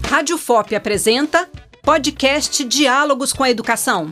Rádio FOP apresenta podcast Diálogos com a Educação.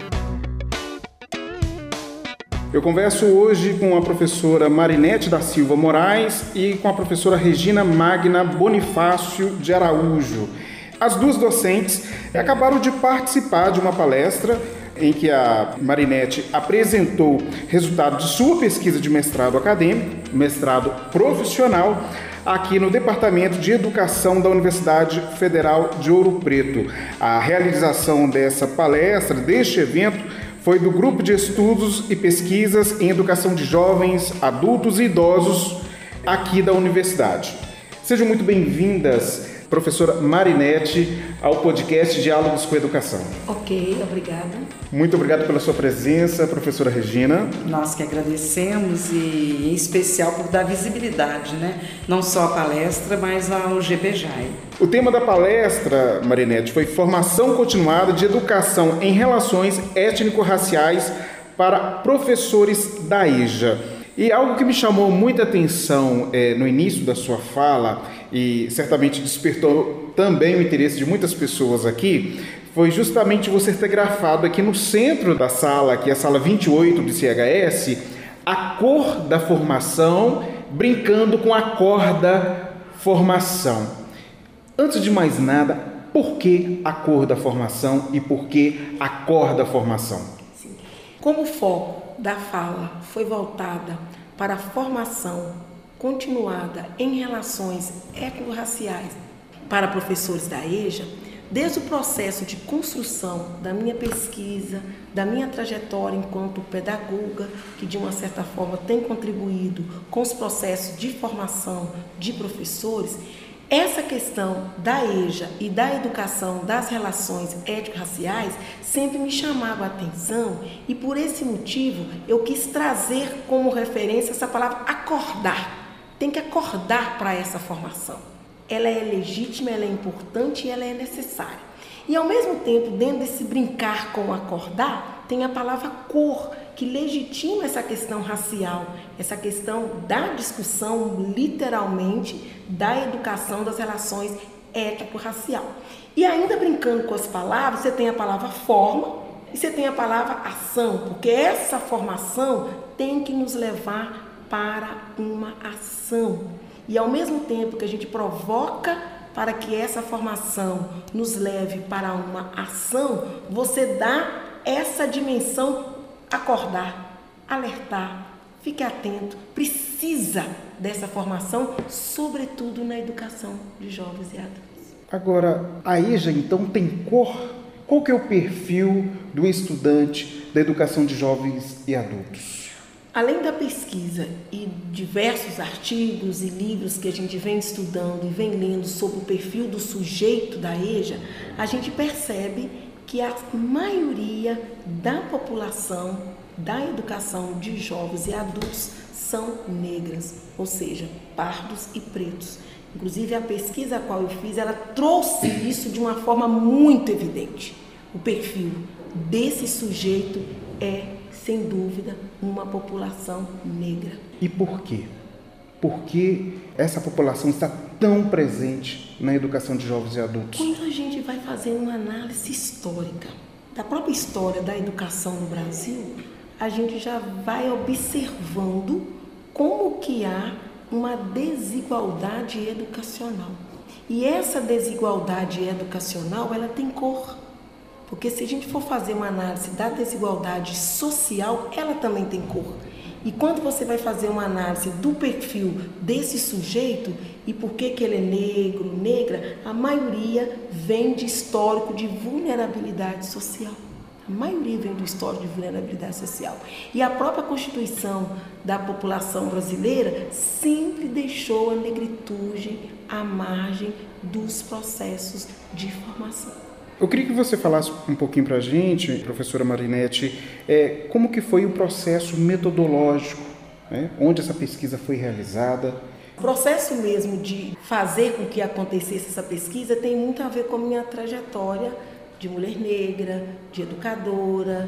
Eu converso hoje com a professora Marinete da Silva Moraes e com a professora Regina Magna Bonifácio de Araújo. As duas docentes acabaram de participar de uma palestra em que a Marinete apresentou resultado de sua pesquisa de mestrado acadêmico, mestrado profissional, aqui no Departamento de Educação da Universidade Federal de Ouro Preto. A realização dessa palestra, deste evento, foi do Grupo de Estudos e Pesquisas em Educação de Jovens, Adultos e Idosos aqui da Universidade. Sejam muito bem-vindas, professora Marinete, ao podcast Diálogos com a Educação. Ok, obrigada. Muito obrigado pela sua presença, professora Regina. Nós que agradecemos e em especial por dar visibilidade, não só à palestra, mas ao GBJAI. O tema da palestra, Marinete, foi Formação Continuada de Educação em Relações Étnico-Raciais para Professores da EJA. E algo que me chamou muita atenção no início da sua fala, e certamente despertou também o interesse de muitas pessoas aqui, foi justamente você ter grafado aqui no centro da sala, que é a sala 28 do CHS, a cor da formação, brincando com a cor da formação. Antes de mais nada, por que a cor da formação e por que a cor da formação? Sim. Como o foco da fala foi voltada para a formação continuada em relações étnico-raciais para professores da EJA, desde o processo de construção da minha pesquisa, da minha trajetória enquanto pedagoga, que de uma certa forma tem contribuído com os processos de formação de professores, essa questão da EJA e da educação das relações étnico-raciais sempre me chamava a atenção e por esse motivo eu quis trazer como referência essa palavra acordar. Tem que acordar para essa formação. Ela é legítima, ela é importante e ela é necessária. E ao mesmo tempo, dentro desse brincar com acordar, tem a palavra cor, que legitima essa questão racial, essa questão da discussão, literalmente, da educação das relações étnico-racial. E ainda brincando com as palavras, você tem a palavra forma e você tem a palavra ação, porque essa formação tem que nos levar para uma ação. E ao mesmo tempo que a gente provoca para que essa formação nos leve para uma ação, você dá essa dimensão acordar, alertar, fique atento, precisa dessa formação, sobretudo na educação de jovens e adultos. Agora, a EJA então tem cor? Qual que é o perfil do estudante da educação de jovens e adultos? Além da pesquisa e diversos artigos e livros que a gente vem estudando e vem lendo sobre o perfil do sujeito da EJA, a gente percebe que a maioria da população da educação de jovens e adultos são negras, ou seja, pardos e pretos. Inclusive a pesquisa a qual eu fiz, ela trouxe isso de uma forma muito evidente. O perfil desse sujeito é, sem dúvida, uma população negra. E por quê? Por que essa população está tão presente na educação de jovens e adultos? Quando a gente vai fazer uma análise histórica da própria história da educação no Brasil, a gente já vai observando como que há uma desigualdade educacional. E essa desigualdade educacional, ela tem cor. Porque se a gente for fazer uma análise da desigualdade social, ela também tem cor. E quando você vai fazer uma análise do perfil desse sujeito e por que ele é negro, negra, a maioria vem de histórico de vulnerabilidade social. A maioria vem do histórico de vulnerabilidade social. E a própria Constituição da população brasileira sempre deixou a negritude à margem dos processos de formação. Eu queria que você falasse um pouquinho para a gente, professora Marinete, como que foi o processo metodológico, onde essa pesquisa foi realizada. O processo mesmo de fazer com que acontecesse essa pesquisa tem muito a ver com a minha trajetória de mulher negra, de educadora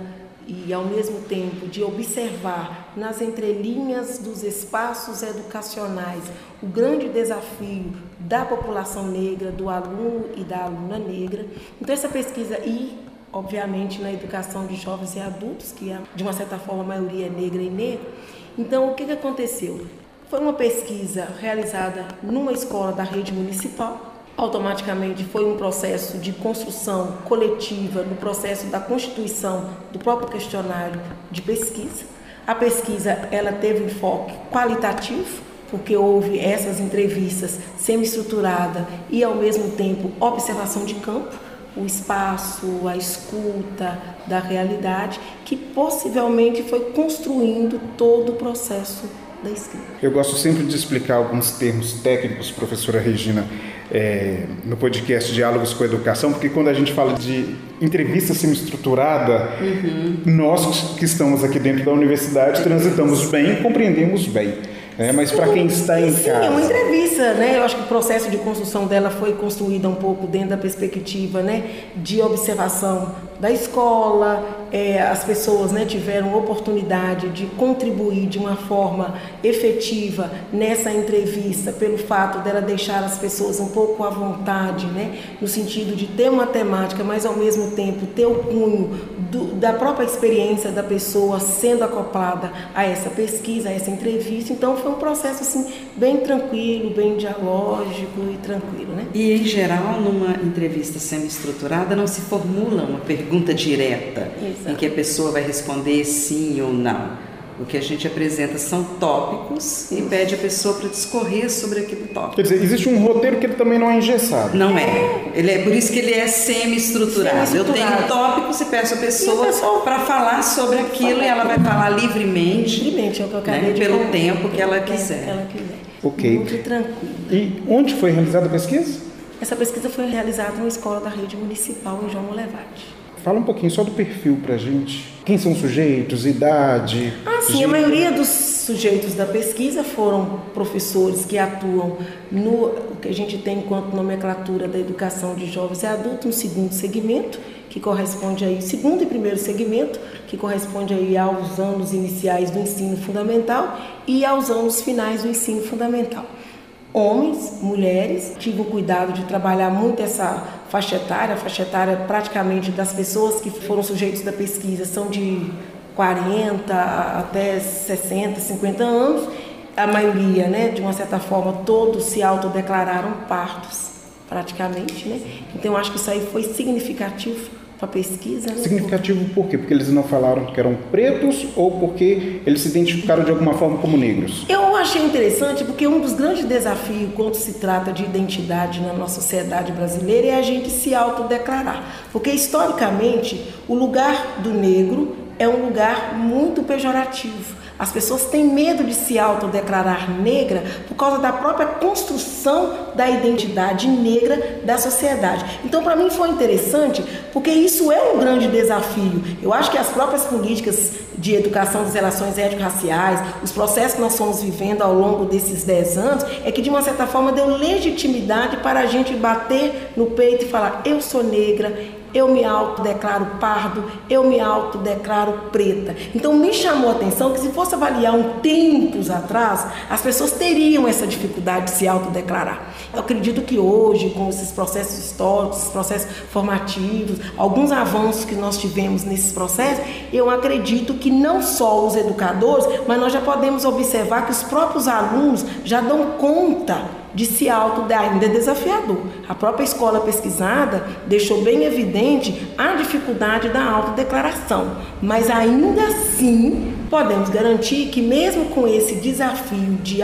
e ao mesmo tempo de observar nas entrelinhas dos espaços educacionais o grande desafio da população negra, do aluno e da aluna negra. Então essa pesquisa obviamente na educação de jovens e adultos, que de uma certa forma a maioria é negra e negro. Então o que aconteceu? Foi uma pesquisa realizada numa escola da rede municipal. Automaticamente foi um processo de construção coletiva no processo da constituição do próprio questionário de pesquisa. A pesquisa ela teve um enfoque qualitativo, porque houve essas entrevistas semi-estruturadas e ao mesmo tempo observação de campo, o espaço, a escuta da realidade, que possivelmente foi construindo todo o processo da escrita. Eu gosto sempre de explicar alguns termos técnicos, professora Regina, no podcast Diálogos com a Educação, porque quando a gente fala de entrevista semi-estruturada, nós que estamos aqui dentro da universidade transitamos bem, compreendemos bem. Mas para quem está em casa... Sim, é uma entrevista, né? Eu acho que o processo de construção dela foi construída um pouco dentro da perspectiva, né, de observação da escola. As pessoas, né, tiveram oportunidade de contribuir de uma forma efetiva nessa entrevista, pelo fato dela deixar as pessoas um pouco à vontade, né, no sentido de ter uma temática, mas ao mesmo tempo ter o cunho da própria experiência da pessoa sendo acoplada a essa pesquisa, a essa entrevista. Então foi um processo assim, bem tranquilo, bem dialógico e tranquilo, né? E em geral, numa entrevista semi-estruturada, não se formula uma pergunta direta. Exato. Em que a pessoa vai responder sim ou não. O que a gente apresenta são tópicos e pede a pessoa para discorrer sobre aquele tópico. Quer dizer, existe um roteiro que ele também não é engessado. Não é. Por isso que ele é semi-estruturado. Eu tenho tópicos e peço a pessoa para falar sobre aquilo e ela vai falar livremente. Livremente, é o que eu acabei de pelo tempo que ela quiser. Ok. Muito tranquilo. E onde foi realizada a pesquisa? Essa pesquisa foi realizada numa escola da rede municipal em João Molevade. Fala um pouquinho só do perfil pra gente. Quem são os sujeitos, idade? Sim, a maioria dos sujeitos da pesquisa foram professores que atuam no que a gente tem enquanto nomenclatura da educação de jovens e adultos, no segundo segmento, que corresponde aí, segundo e primeiro segmento, que corresponde aí aos anos iniciais do ensino fundamental e aos anos finais do ensino fundamental. Homens, mulheres, tive o cuidado de trabalhar muito essa faixa etária praticamente das pessoas que foram sujeitos da pesquisa são de 40 até 60, 50 anos. A maioria, né, de uma certa forma, todos se autodeclararam pardos, praticamente, né? Então, eu acho que isso aí foi significativo para a pesquisa. Né? Significativo por quê? Porque eles não falaram que eram pretos ou porque eles se identificaram de alguma forma como negros? Eu achei interessante porque um dos grandes desafios quando se trata de identidade na nossa sociedade brasileira é a gente se autodeclarar. Porque, historicamente, o lugar do negro é um lugar muito pejorativo. As pessoas têm medo de se autodeclarar negra por causa da própria construção da identidade negra da sociedade. Então, para mim foi interessante, porque isso é um grande desafio. Eu acho que as próprias políticas de educação das relações étnico-raciais, os processos que nós fomos vivendo ao longo desses 10 anos, é que de uma certa forma deu legitimidade para a gente bater no peito e falar: eu sou negra, eu me autodeclaro pardo, eu me autodeclaro preta. Então me chamou a atenção que se fosse avaliar tempos atrás, as pessoas teriam essa dificuldade de se autodeclarar. Eu acredito que hoje, com esses processos históricos, esses processos formativos, alguns avanços que nós tivemos nesses processos, eu acredito que não só os educadores, mas nós já podemos observar que os próprios alunos já dão conta de se ainda é desafiador. A própria escola pesquisada deixou bem evidente a dificuldade da autodeclaração, mas ainda assim podemos garantir que mesmo com esse desafio de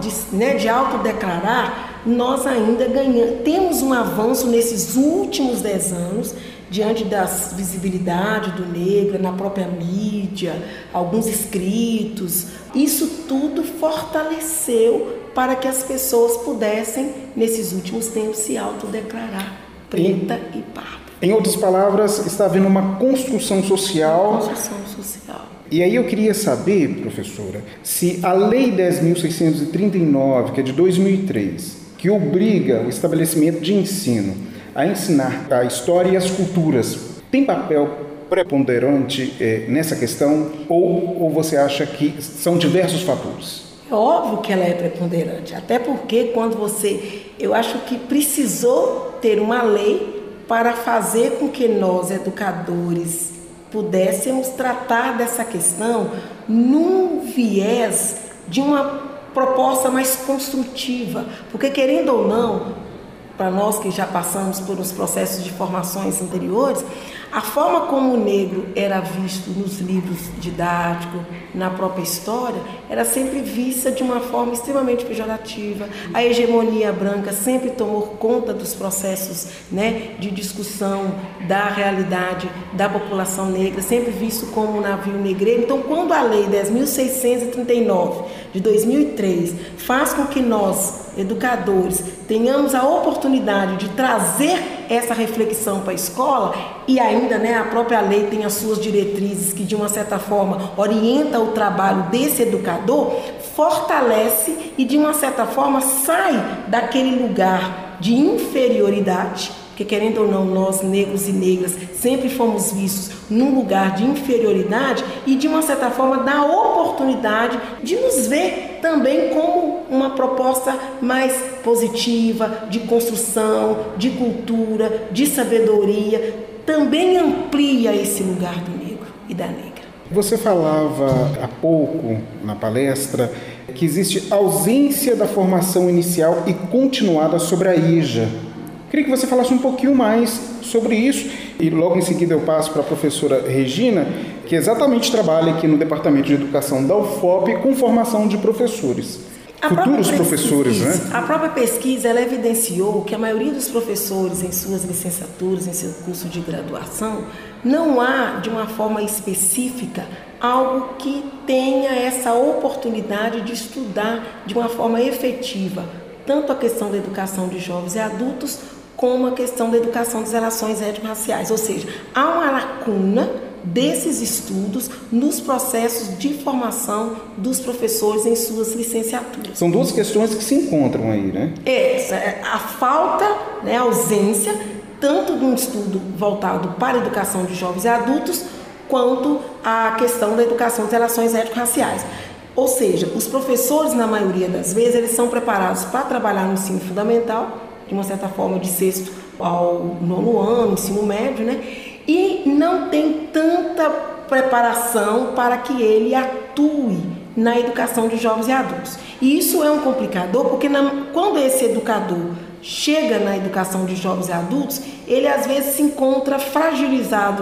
autodeclarar, nós ainda temos um avanço nesses últimos 10 anos, diante da visibilidade do negro na própria mídia, alguns escritos. Isso tudo fortaleceu para que as pessoas pudessem, nesses últimos tempos, se autodeclarar preta e parda. Em outras palavras, está havendo uma construção social. Construção social. E aí eu queria saber, professora, se a Lei 10.639, que é de 2003, que obriga o estabelecimento de ensino a ensinar a história e as culturas, tem papel preponderante nessa questão ou você acha que são diversos fatores? É óbvio que ela é preponderante, até porque eu acho que precisou ter uma lei para fazer com que nós, educadores, pudéssemos tratar dessa questão num viés de uma proposta mais construtiva, porque querendo ou não, para nós que já passamos por uns processos de formações anteriores, a forma como o negro era visto nos livros didáticos, na própria história, era sempre vista de uma forma extremamente pejorativa. A hegemonia branca sempre tomou conta dos processos, né, de discussão da realidade da população negra, sempre visto como um navio negreiro. Então, quando a Lei 10.639 de 2003 faz com que nós, educadores, tenhamos a oportunidade de trazer essa reflexão para a escola e ainda, né, a própria lei tem as suas diretrizes que de uma certa forma orienta o trabalho desse educador, fortalece e de uma certa forma sai daquele lugar de inferioridade, porque querendo ou não, nós negros e negras sempre fomos vistos num lugar de inferioridade e de uma certa forma dá oportunidade de nos ver também como uma proposta mais positiva, de construção, de cultura, de sabedoria, também amplia esse lugar do negro e da negra. Você falava há pouco na palestra que existe ausência da formação inicial e continuada sobre a EJA. Queria que você falasse um pouquinho mais sobre isso e logo em seguida eu passo para a professora Regina, que exatamente trabalha aqui no Departamento de Educação da UFOP com formação de professores. Futuros professores, né? A própria pesquisa, ela evidenciou que a maioria dos professores em suas licenciaturas, em seu curso de graduação, não há, de uma forma específica, algo que tenha essa oportunidade de estudar de uma forma efetiva, tanto a questão da educação de jovens e adultos, como a questão da educação das relações étnico-raciais. Ou seja, há uma lacuna desses estudos nos processos de formação dos professores em suas licenciaturas. São duas questões que se encontram aí, né? A falta, né, a ausência, tanto de um estudo voltado para a educação de jovens e adultos, quanto a questão da educação das relações étnico-raciais. Ou seja, os professores, na maioria das vezes, eles são preparados para trabalhar no ensino fundamental, de uma certa forma de 6º ao 9º ano, ensino médio, né? E não tem tanta preparação para que ele atue na educação de jovens e adultos. E isso é um complicador, porque quando esse educador chega na educação de jovens e adultos, ele às vezes se encontra fragilizado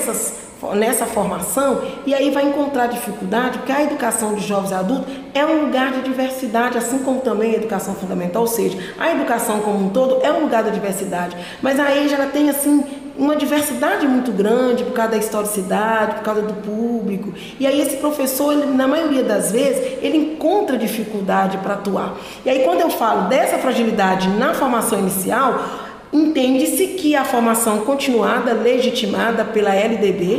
nessa formação e aí vai encontrar dificuldade, porque a educação de jovens e adultos é um lugar de diversidade, assim como também a educação fundamental, ou seja, a educação como um todo é um lugar da diversidade, mas a EJA ela tem assim uma diversidade muito grande por causa da historicidade, por causa do público, e aí esse professor, ele, na maioria das vezes, ele encontra dificuldade para atuar. E aí quando eu falo dessa fragilidade na formação inicial, entende-se que a formação continuada, legitimada pela LDB,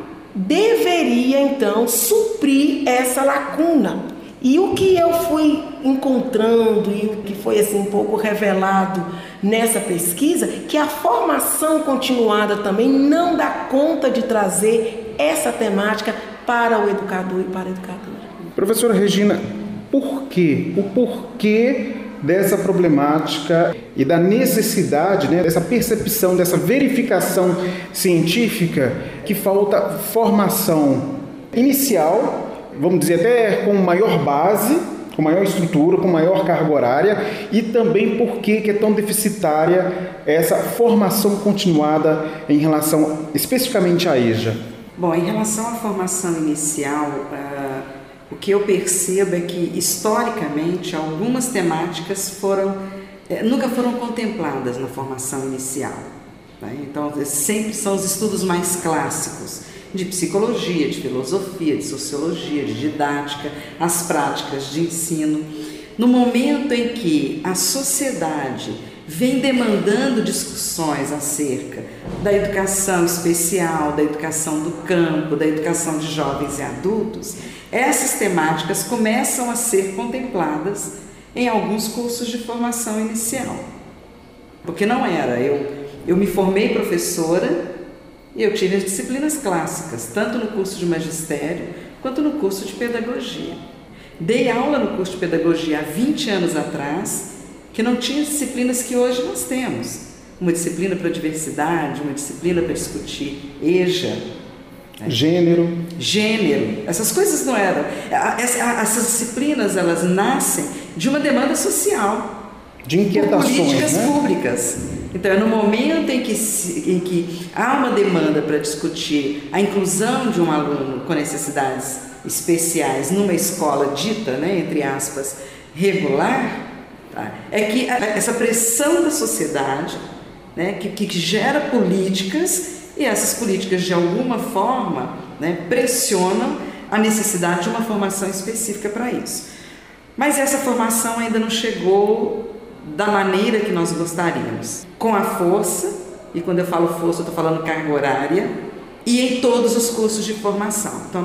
deveria então suprir essa lacuna. E o que eu fui encontrando e o que foi assim um pouco revelado nessa pesquisa, que a formação continuada também não dá conta de trazer essa temática para o educador e para a educadora. Professora Regina, por quê? O porquê dessa problemática e da necessidade, né, dessa percepção, dessa verificação científica que falta formação inicial, vamos dizer até com maior base, com maior estrutura, com maior carga horária, e também por que é tão deficitária essa formação continuada em relação especificamente à EJA? Bom, em relação à formação inicial, o que eu percebo é que, historicamente, algumas temáticas nunca foram contempladas na formação inicial. Né? Então, sempre são os estudos mais clássicos, de psicologia, de filosofia, de sociologia, de didática, as práticas de ensino. No momento em que a sociedade vem demandando discussões acerca da educação especial, da educação do campo, da educação de jovens e adultos, essas temáticas começam a ser contempladas em alguns cursos de formação inicial. Porque não era, eu me formei professora E eu tive as disciplinas clássicas, tanto no curso de magistério quanto no curso de pedagogia. Dei aula no curso de pedagogia há 20 anos atrás, que não tinha disciplinas que hoje nós temos. Uma disciplina para diversidade, uma disciplina para discutir EJA. Gênero. Essas coisas não eram. Essas disciplinas, elas nascem de uma demanda social. De inquietações, políticas né? públicas. Então, é no momento em que há uma demanda para discutir a inclusão de um aluno com necessidades especiais numa escola dita, né, entre aspas, regular, tá? É que essa pressão da sociedade, né, que gera políticas, e essas políticas, de alguma forma, né, pressionam a necessidade de uma formação específica para isso. Mas essa formação ainda não chegou da maneira que nós gostaríamos. Com a força, e quando eu falo força, eu estou falando carga horária, e em todos os cursos de formação. Então,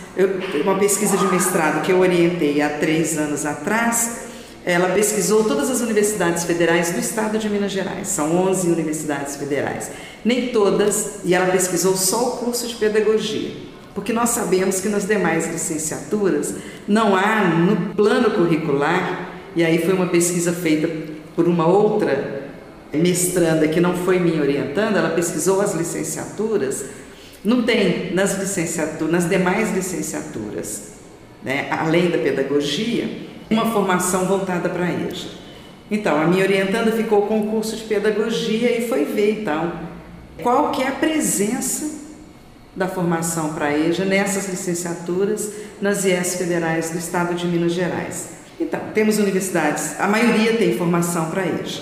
uma pesquisa de mestrado que eu orientei há 3 anos atrás, ela pesquisou todas as universidades federais do estado de Minas Gerais. São 11 universidades federais. Nem todas, e ela pesquisou só o curso de pedagogia. Porque nós sabemos que nas demais licenciaturas não há no plano curricular, e aí foi uma pesquisa feita por uma outra mestranda que não foi minha orientando, ela pesquisou as licenciaturas, não tem nas demais licenciaturas, né, além da pedagogia, uma formação voltada para a EJA. Então, a minha orientanda ficou com o curso de pedagogia e foi ver, então, qual que é a presença da formação para a EJA nessas licenciaturas nas IES federais do estado de Minas Gerais. Então, temos universidades, a maioria tem formação para a EJA,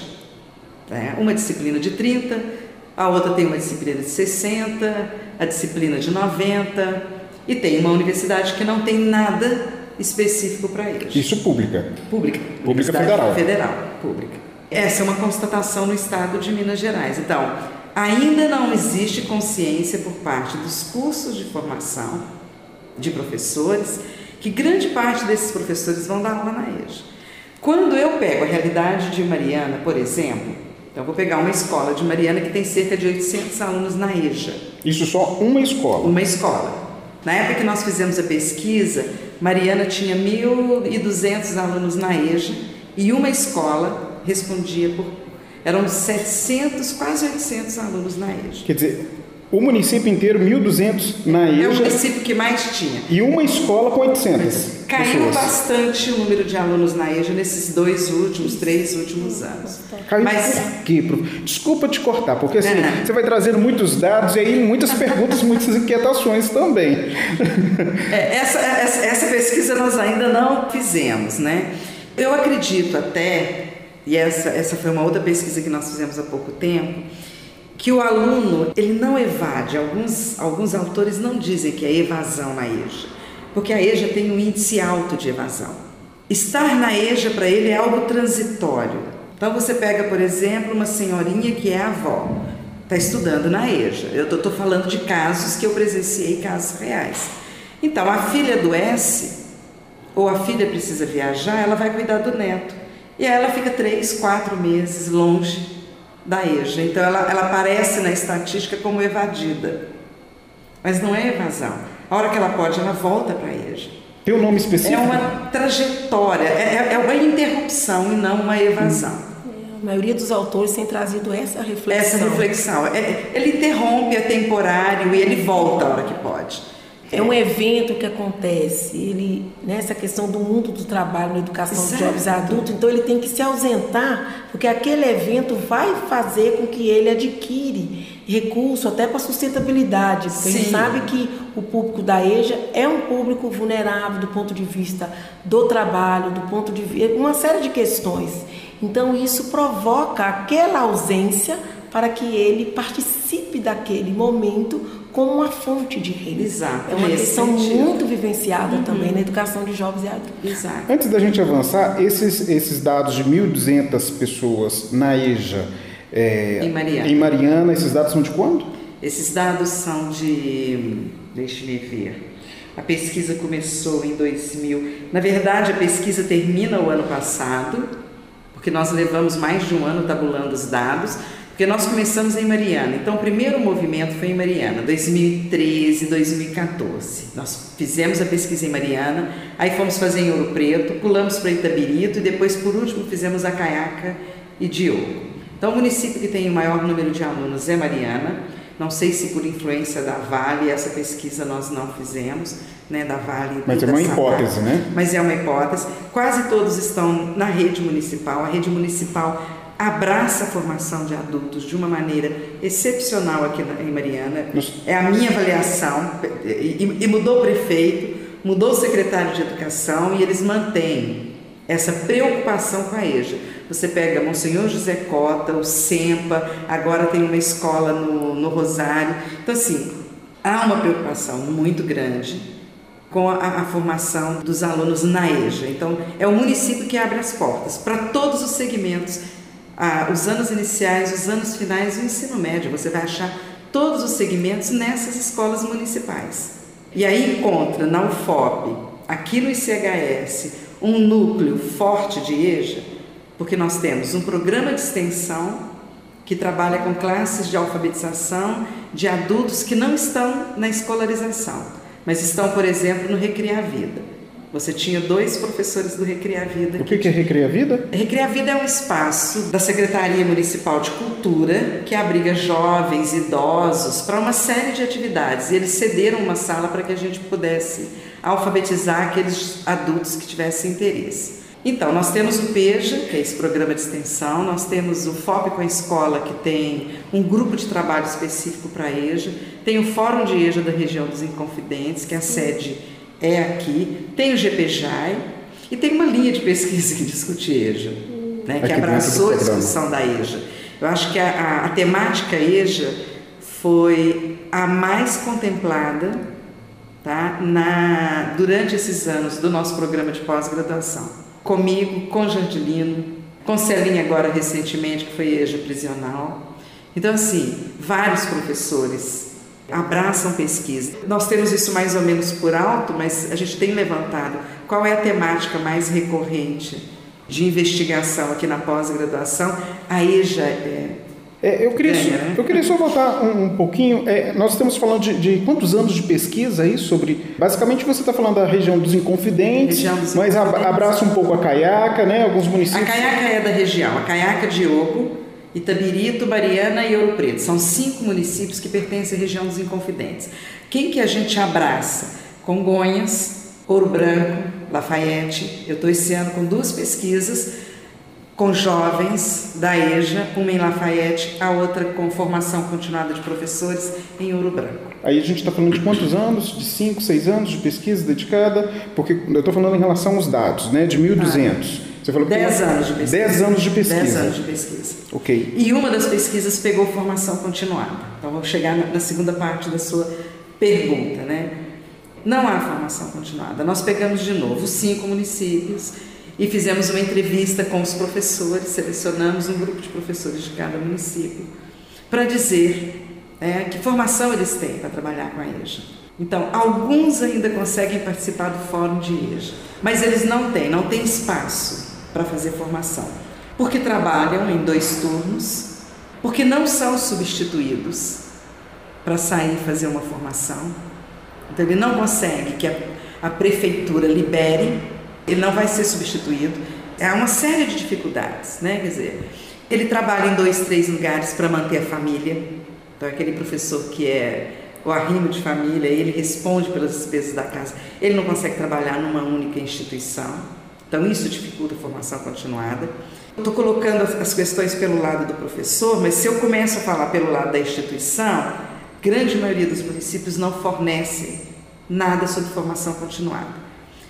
né? Uma disciplina de 30, a outra tem uma disciplina de 60, a disciplina de 90, e tem uma universidade que não tem nada específico para EJA. Isso pública? Pública Federal. Federal, pública. Essa é uma constatação no estado de Minas Gerais. Então, ainda não existe consciência por parte dos cursos de formação de professores que grande parte desses professores vão dar aula na EJA. Quando eu pego a realidade de Mariana, por exemplo, então eu vou pegar uma escola de Mariana que tem cerca de 800 alunos na EJA. Isso só uma escola? Uma escola. Na época que nós fizemos a pesquisa, Mariana tinha 1.200 alunos na EJA e uma escola respondia por... Eram 700, quase 800 alunos na EJA. Quer dizer, o município inteiro, 1.200 na EJA... É o município que mais tinha. E uma escola com 800 Caiu pessoas. Bastante o número de alunos na EJA nesses 3 últimos anos. Caiu por quê, prof? Desculpa te cortar, porque assim, você vai trazendo muitos dados e aí muitas perguntas, muitas inquietações também. Essa pesquisa nós ainda não fizemos, né? Eu acredito até, e essa foi uma outra pesquisa que nós fizemos há pouco tempo, que o aluno, ele não evade. Alguns autores não dizem que é evasão na EJA, porque a EJA tem um índice alto de evasão. Estar na EJA para ele é algo transitório. Então você pega, por exemplo, uma senhorinha que é avó, está estudando na EJA. Eu estou falando de casos que eu presenciei, casos reais. Então a filha adoece, ou a filha precisa viajar, ela vai cuidar do neto. E aí ela fica 3, 4 meses longe da EJA. Então ela aparece na estatística como evadida. Mas não é evasão. A hora que ela pode, ela volta para a EJA. Tem um nome específico? É uma trajetória, é uma interrupção e não uma evasão. A maioria dos autores tem trazido essa reflexão. Ele interrompe, é temporário e ele volta a hora que pode. É um evento que acontece, nessa questão do mundo do trabalho, na educação de jovens adultos, então ele tem que se ausentar, porque aquele evento vai fazer com que ele adquire recurso até para sustentabilidade, porque a gente sabe que o público da EJA é um público vulnerável do ponto de vista do trabalho, do ponto de vista, uma série de questões. Então isso provoca aquela ausência para que ele participe daquele momento como uma fonte de renda. Exato. É uma questão muito vivenciada também na educação de jovens e adultos. Exato. Antes da gente avançar, esses dados de 1.200 pessoas na EJA em Mariana, esses dados são de quando? Esses dados são de... Deixe-me ver. A pesquisa começou em 2000. Na verdade, a pesquisa termina o ano passado, porque nós levamos mais de um ano tabulando os dados. Porque nós começamos em Mariana, então o primeiro movimento foi em Mariana, 2013, 2014. Nós fizemos a pesquisa em Mariana, aí fomos fazer em Ouro Preto, pulamos para Itabirito e depois, por último, fizemos a Caiaca e Diogo. Então o município que tem o maior número de alunos é Mariana. Não sei se por influência da Vale, essa pesquisa nós não fizemos, né, da Vale. Mas é uma hipótese, né? Mas é uma hipótese. Quase todos estão na rede municipal. A rede municipal abraça a formação de adultos de uma maneira excepcional aqui em Mariana. É a minha avaliação. E mudou o prefeito, mudou o secretário de Educação e eles mantêm essa preocupação com a EJA. Você pega Monsenhor José Cota, o SEMPA, agora tem uma escola no Rosário. Então, assim, há uma preocupação muito grande com a formação dos alunos na EJA. Então, é o município que abre as portas para todos os segmentos, os anos iniciais, os anos finais e o ensino médio. Você vai achar todos os segmentos nessas escolas municipais. E aí encontra na UFOP, aqui no ICHS, um núcleo forte de EJA, porque nós temos um programa de extensão que trabalha com classes de alfabetização de adultos que não estão na escolarização, mas estão, por exemplo, no Recria a Vida. Você tinha 2 professores do Recria a Vida. O que é Recria a Vida? Recria a Vida é um espaço da Secretaria Municipal de Cultura que abriga jovens, idosos, para uma série de atividades. E eles cederam uma sala para que a gente pudesse alfabetizar aqueles adultos que tivessem interesse. Então, nós temos o PEJA, que é esse programa de extensão, nós temos o FOP com a escola, que tem um grupo de trabalho específico para a EJA, tem o Fórum de EJA da região dos Inconfidentes, que a sede é aqui, tem o GPJAI e tem uma linha de pesquisa que discute EJA, né, que abraçou a discussão da EJA. Eu acho que a temática EJA foi a mais contemplada, tá, durante esses anos do nosso programa de pós-graduação. Comigo, com Jardilino, com Celinha agora recentemente, que foi EJA prisional. Então, assim, vários professores abraçam pesquisa. Nós temos isso mais ou menos por alto, mas a gente tem levantado qual é a temática mais recorrente de investigação aqui na pós-graduação. A EJA eu queria só voltar um pouquinho. Nós estamos falando de quantos anos de pesquisa aí sobre... Basicamente você está falando da região dos Inconfidentes, mas abraça um pouco a Caiaca, né? Alguns municípios... A Caiaca é da região. A Caiaca, Diogo, Itabirito, Mariana e Ouro Preto. São 5 municípios que pertencem à região dos Inconfidentes. Quem que a gente abraça? Congonhas, Ouro Branco, Lafayette. Eu estou esse ano com 2 pesquisas com jovens da EJA, uma em Lafayette, a outra com formação continuada de professores em Ouro Branco. Aí a gente está falando de quantos anos? De 5, 6 anos de pesquisa dedicada? Porque eu estou falando em relação aos dados, né? De 1.200. Você falou que 10 anos de pesquisa. 10 anos de pesquisa. 10 anos de pesquisa. Ok. E uma das pesquisas pegou formação continuada. Então, vou chegar na segunda parte da sua pergunta, né? Não há formação continuada. Nós pegamos de novo 5 municípios e fizemos uma entrevista com os professores, selecionamos um grupo de professores de cada município para dizer que formação eles têm para trabalhar com a EJA. Então, alguns ainda conseguem participar do fórum de EJA, mas eles não têm espaço para fazer formação, porque trabalham em 2 turnos, porque não são substituídos para sair e fazer uma formação. Então, ele não consegue que a prefeitura libere, ele não vai ser substituído. Há uma série de dificuldades, né? Quer dizer, ele trabalha em 2, 3 lugares para manter a família. Então, aquele professor que é o arrimo de família, ele responde pelas despesas da casa. Ele não consegue trabalhar numa única instituição. Então, isso dificulta a formação continuada. Estou colocando as questões pelo lado do professor, mas se eu começo a falar pelo lado da instituição, a grande maioria dos municípios não fornece nada sobre formação continuada.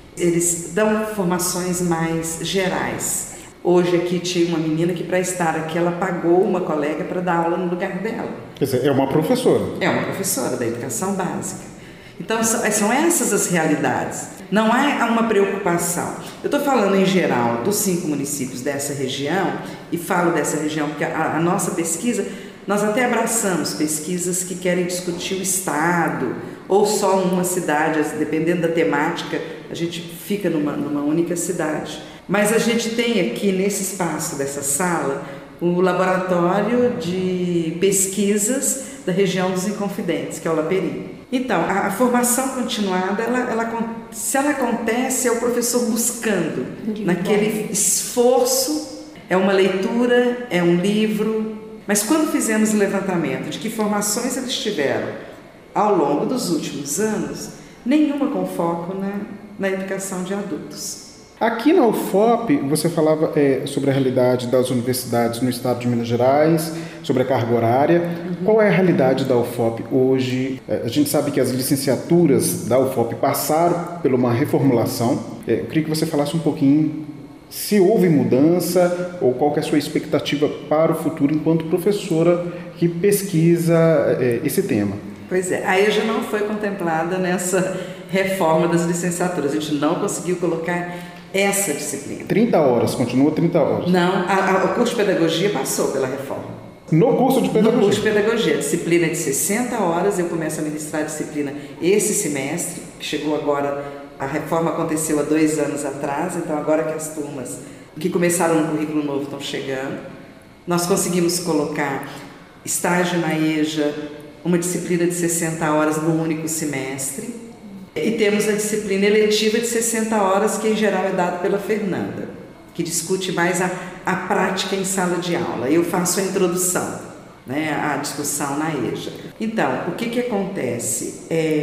Eles dão formações mais gerais. Hoje aqui tinha uma menina que, para estar aqui, ela pagou uma colega para dar aula no lugar dela. Quer dizer, é uma professora. É uma professora da educação básica. Então, são essas as realidades. Não há uma preocupação. Eu estou falando em geral dos 5 municípios dessa região, e falo dessa região porque a nossa pesquisa, nós até abraçamos pesquisas que querem discutir o Estado, ou só uma cidade, dependendo da temática, a gente fica numa única cidade. Mas a gente tem aqui, nesse espaço dessa sala, o laboratório de pesquisas da região dos Inconfidentes, que é o Laperi. Então, a formação continuada, se ela acontece, é o professor buscando, naquele esforço, é uma leitura, é um livro. Mas quando fizemos o levantamento de que formações eles tiveram ao longo dos últimos anos, nenhuma com foco na educação de adultos. Aqui na UFOP, você falava sobre a realidade das universidades no estado de Minas Gerais, sobre a carga horária. Qual é a realidade da UFOP hoje? A gente sabe que as licenciaturas da UFOP passaram por uma reformulação. Eu queria que você falasse um pouquinho se houve mudança ou qual que é a sua expectativa para o futuro enquanto professora que pesquisa esse tema. Pois é, a EJA não foi contemplada nessa reforma das licenciaturas. A gente não conseguiu colocar essa disciplina. 30 horas, continua 30 horas. Não, o curso de pedagogia passou pela reforma. No curso de pedagogia? No curso de pedagogia, a disciplina é de 60 horas, eu começo a ministrar a disciplina esse semestre, que chegou agora, a reforma aconteceu há 2 anos atrás, então agora que as turmas que começaram no currículo novo estão chegando, nós conseguimos colocar estágio na EJA, uma disciplina de 60 horas no único semestre, e temos a disciplina eletiva de 60 horas, que em geral é dada pela Fernanda, que discute mais a prática em sala de aula. Eu faço a introdução, à discussão na EJA. Então, o que acontece?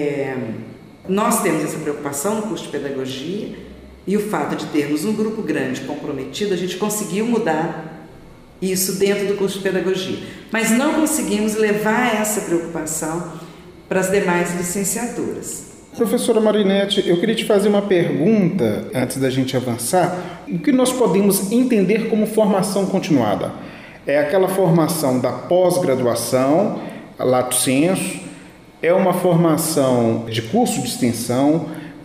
Nós temos essa preocupação no curso de pedagogia, e o fato de termos um grupo grande comprometido, a gente conseguiu mudar isso dentro do curso de pedagogia. Mas não conseguimos levar essa preocupação para as demais licenciaturas. Professora Marinete, eu queria te fazer uma pergunta antes da gente avançar. O que nós podemos entender como formação continuada? É aquela formação da pós-graduação, lato sensu, é uma formação de curso de extensão.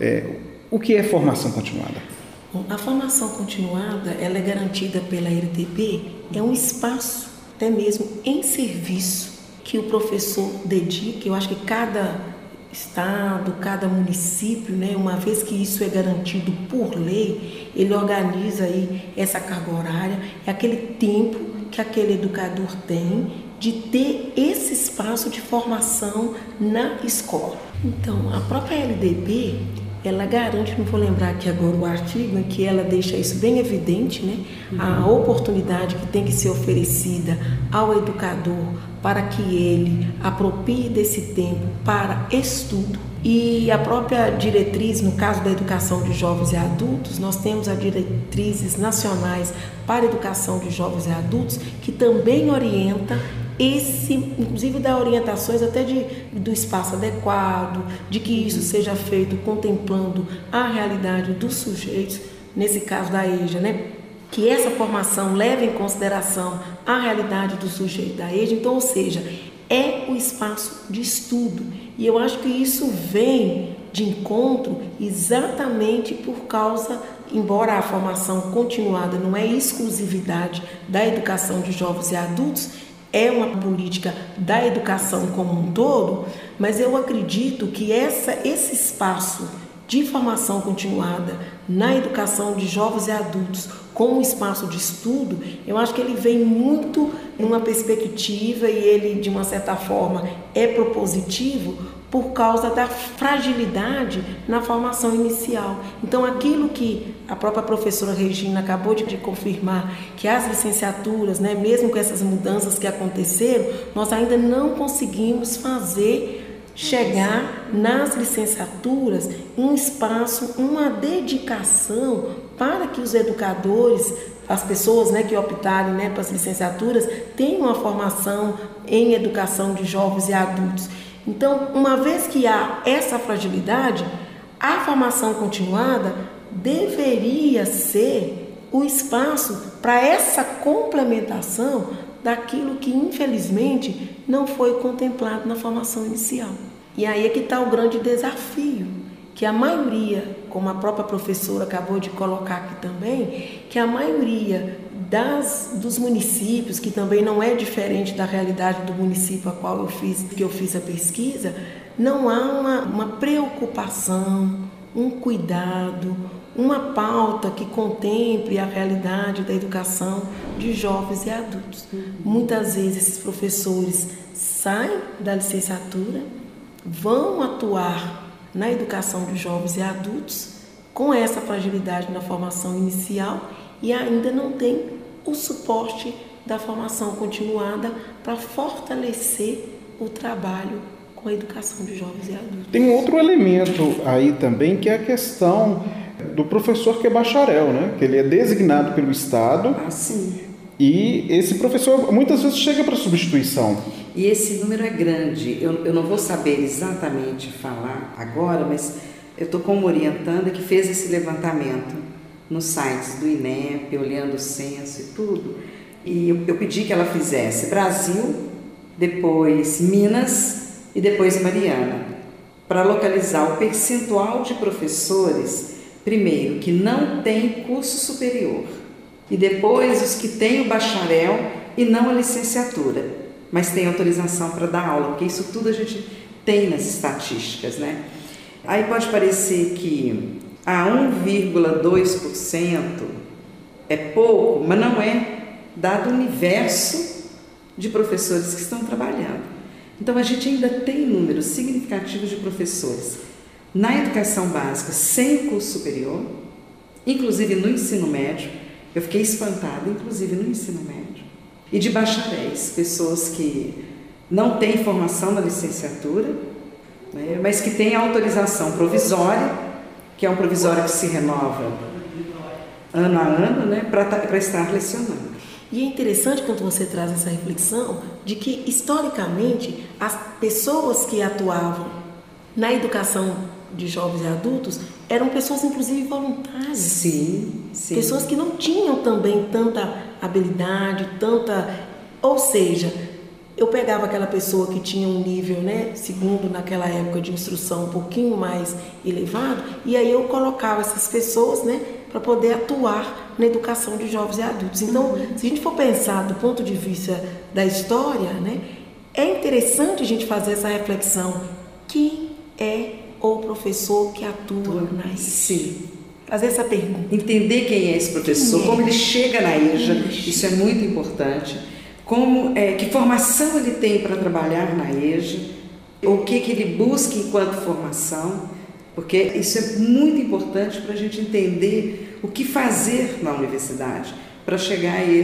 O que é formação continuada? A formação continuada, ela é garantida pela LDB, é um espaço, até mesmo em serviço, que o professor dedica. Eu acho que cada estado, cada município, uma vez que isso é garantido por lei, ele organiza aí essa carga horária, é aquele tempo que aquele educador tem de ter esse espaço de formação na escola. Então, a própria LDB, ela garante, não vou lembrar aqui agora o artigo, em que ela deixa isso bem evidente, a oportunidade que tem que ser oferecida ao educador para que ele aproprie desse tempo para estudo. E a própria diretriz, no caso da educação de jovens e adultos, nós temos as diretrizes nacionais para a educação de jovens e adultos, que também orienta inclusive dá orientações até do espaço adequado, de que isso seja feito contemplando a realidade dos sujeitos, nesse caso da EJA, que essa formação leve em consideração a realidade do sujeito da EJA. Então, ou seja, é o espaço de estudo. E eu acho que isso vem de encontro exatamente por causa, embora a formação continuada não é exclusividade da educação de jovens e adultos, é uma política da educação como um todo, mas eu acredito que esse espaço de formação continuada na educação de jovens e adultos como um espaço de estudo, eu acho que ele vem muito numa perspectiva, e ele, de uma certa forma, é propositivo por causa da fragilidade na formação inicial. Então, aquilo que a própria professora Regina acabou de confirmar, que as licenciaturas, mesmo com essas mudanças que aconteceram, nós ainda não conseguimos chegar nas licenciaturas um espaço, uma dedicação para que os educadores, as pessoas que optarem para as licenciaturas, tenham uma formação em educação de jovens e adultos. Então, uma vez que há essa fragilidade, a formação continuada deveria ser o espaço para essa complementação daquilo que, infelizmente, não foi contemplado na formação inicial. E aí é que está o grande desafio, que a maioria, como a própria professora acabou de colocar aqui também, que a maioria dos municípios, que também não é diferente da realidade do município a qual eu fiz a pesquisa, não há uma preocupação, um cuidado, uma pauta que contemple a realidade da educação de jovens e adultos. Muitas vezes esses professores saem da licenciatura, vão atuar na educação de jovens e adultos com essa fragilidade na formação inicial e ainda não tem o suporte da formação continuada para fortalecer o trabalho com a educação de jovens e adultos. Tem um outro elemento aí também, que é a questão do professor que é bacharel, né? Que ele é designado pelo Estado. Sim. E esse professor muitas vezes chega para substituição. E esse número é grande. Eu não vou saber exatamente falar agora, mas eu estou com uma orientanda que fez esse levantamento nos sites do INEP, olhando o censo e tudo. E eu pedi que ela fizesse Brasil, depois Minas e depois Mariana, para localizar o percentual de professores, primeiro, que não tem curso superior, e depois os que têm o bacharel e não a licenciatura, mas têm autorização para dar aula, porque isso tudo a gente tem nas estatísticas, né? Aí pode parecer que a 1,2% é pouco, mas não é, dado o universo de professores que estão trabalhando. Então, a gente ainda tem números significativos de professores na educação básica sem curso superior, inclusive no ensino médio. Eu fiquei espantada, inclusive no ensino médio. E de bacharéis, pessoas que não têm formação na licenciatura, né, mas que têm autorização provisória, que é um provisório que se renova ano a ano, né, para estar lecionando. E é interessante quando você traz essa reflexão de que, historicamente, as pessoas que atuavam na educação de jovens e adultos eram pessoas, inclusive, voluntárias. Sim, sim. Pessoas que não tinham também tanta habilidade, Ou seja, eu pegava aquela pessoa que tinha um nível, né, segundo naquela época de instrução um pouquinho mais elevado, e aí eu colocava essas pessoas, né, para poder atuar na educação de jovens e adultos. Então, se a gente for pensar do ponto de vista da história, né, é interessante a gente fazer essa reflexão. Quem é o professor que atua na EJA? Sim. Fazer essa pergunta. Entender quem é esse professor, como ele chega na EJA, isso é muito importante. Que formação ele tem para trabalhar na EJA, o que ele busca enquanto formação, porque isso é muito importante para a gente entender o que fazer na universidade para chegar a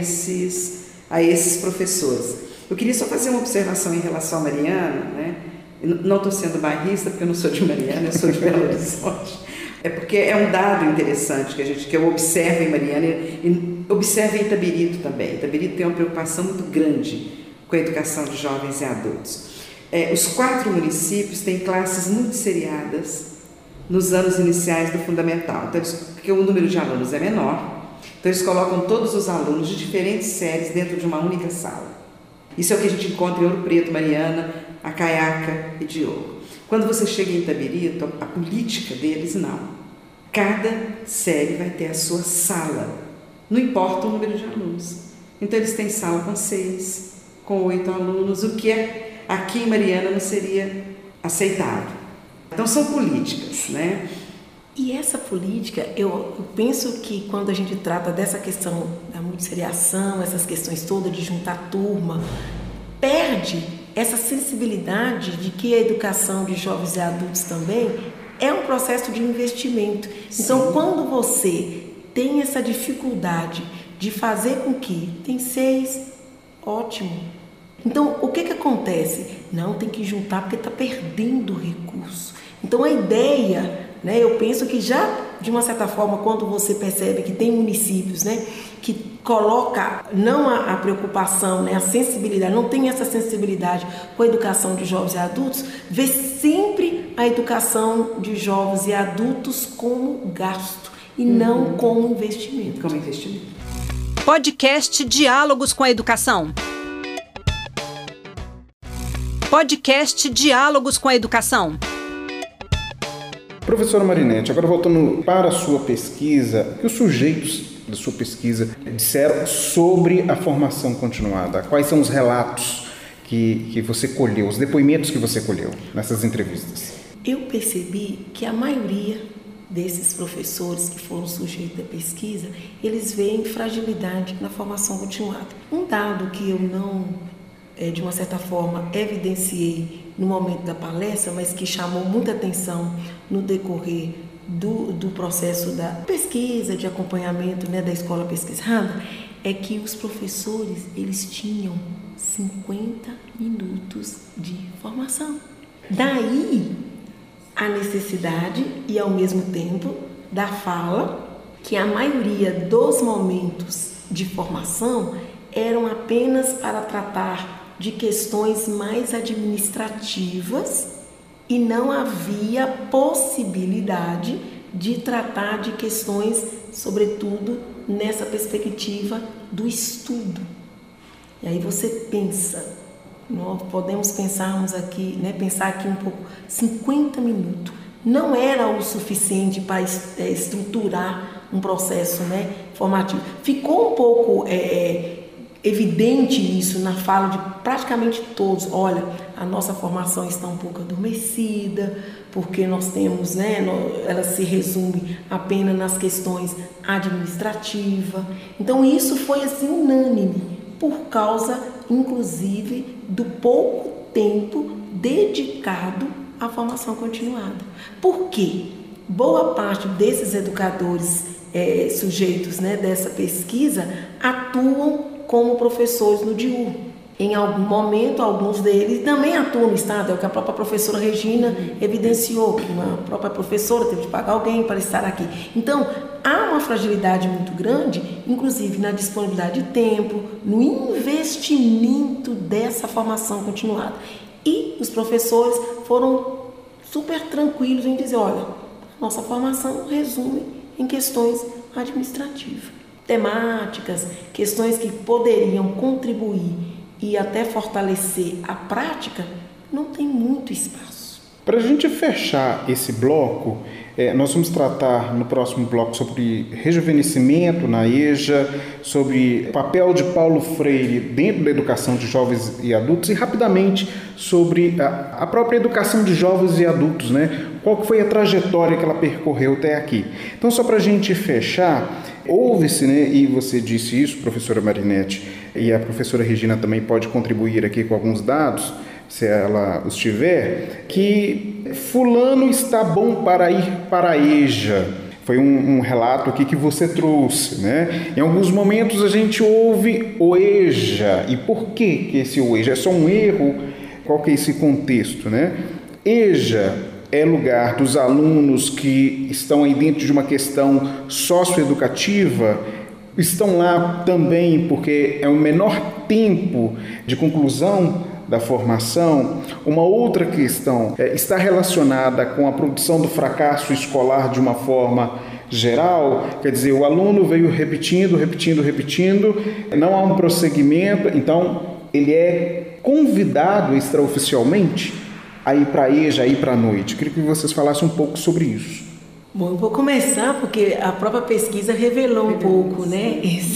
esses professores. Eu queria só fazer uma observação em relação a Mariana, né? Não estou sendo bairrista, porque eu não sou de Mariana, eu sou de Belo Horizonte. É porque é um dado interessante que eu observo em Mariana e observo em Itabirito também. Itabirito tem uma preocupação muito grande com a educação de jovens e adultos. Os 4 municípios têm classes muito seriadas nos anos iniciais do fundamental, então, porque o número de alunos é menor, então eles colocam todos os alunos de diferentes séries dentro de uma única sala. Isso é o que a gente encontra em Ouro Preto, Mariana, Acaiaca e Diogo. Quando você chega em Itabirito, a política deles não. Cada série vai ter a sua sala, não importa o número de alunos. Então eles têm sala com 6, com 8 alunos, o que aqui em Mariana não seria aceitável. Então são políticas, né? E essa política, eu penso que quando a gente trata dessa questão da multisseriação, essas questões todas de juntar turma, perde essa sensibilidade de que a educação de jovens e adultos também é um processo de investimento. Sim. Então, quando você tem essa dificuldade de fazer com que tem 6, ótimo. Então, o que acontece? Não, tem que juntar porque está perdendo recurso. Então, a ideia, né, eu penso que já, de uma certa forma, quando você percebe que tem municípios, né, que coloca não a preocupação, né, a sensibilidade, não tem essa sensibilidade com a educação de jovens e adultos, vê sempre a educação de jovens e adultos como gasto e não como investimento. Como investimento. Podcast Diálogos com a Educação. Podcast Diálogos com a Educação. Professora Marinete, agora voltando para a sua pesquisa, que os sujeitos da sua pesquisa disseram sobre a formação continuada? Quais são os relatos que você colheu, os depoimentos que você colheu nessas entrevistas? Eu percebi que a maioria desses professores que foram sujeitos à pesquisa, eles veem fragilidade na formação continuada. Um dado que eu não, de uma certa forma, evidenciei no momento da palestra, mas que chamou muita atenção no decorrer do processo da pesquisa, de acompanhamento, né, da escola pesquisada, é que os professores, eles tinham 50 minutos de formação. Daí a necessidade e, ao mesmo tempo, da fala, que a maioria dos momentos de formação eram apenas para tratar de questões mais administrativas e não havia possibilidade de tratar de questões, sobretudo, nessa perspectiva do estudo. E aí você pensa, nós podemos pensar aqui um pouco, 50 minutos não era o suficiente para estruturar um processo, né, formativo. Ficou um pouco evidente isso na fala de praticamente todos. Olha, a nossa formação está um pouco adormecida, porque nós temos, né, ela se resume apenas nas questões administrativas. Então isso foi assim unânime, por causa, inclusive, do pouco tempo dedicado à formação continuada. Por quê? Boa parte desses educadores sujeitos, né, dessa pesquisa atuam como professores no diurno. Em algum momento, alguns deles também atuam no Estado, é o que a própria professora Regina evidenciou, que uma própria professora teve de pagar alguém para estar aqui. Então, há uma fragilidade muito grande, inclusive na disponibilidade de tempo, no investimento dessa formação continuada. E os professores foram super tranquilos em dizer, olha, nossa formação resume em questões administrativas, temáticas, questões que poderiam contribuir e até fortalecer a prática, não tem muito espaço. Para a gente fechar esse bloco, nós vamos tratar no próximo bloco sobre rejuvenescimento na EJA, sobre o papel de Paulo Freire dentro da educação de jovens e adultos e rapidamente sobre a própria educação de jovens e adultos, né? Qual que foi a trajetória que ela percorreu até aqui. Então, só para a gente fechar, houve-se, né, e você disse isso, professora Marinete, e a professora Regina também pode contribuir aqui com alguns dados, se ela os tiver, que fulano está bom para ir para a EJA. Foi um relato aqui que você trouxe, né? Em alguns momentos a gente ouve o EJA. E por que esse EJA? É só um erro? Qual que é esse contexto, né? EJA é lugar dos alunos que estão aí dentro de uma questão socioeducativa, estão lá também porque é o menor tempo de conclusão da formação. Uma outra questão está relacionada com a produção do fracasso escolar de uma forma geral, quer dizer, o aluno veio repetindo, não há um prosseguimento, então ele é convidado extraoficialmente a ir para a EJA, a ir para a noite. Queria que vocês falassem um pouco sobre isso. Bom, eu vou começar porque a própria pesquisa revelou um pouco, né,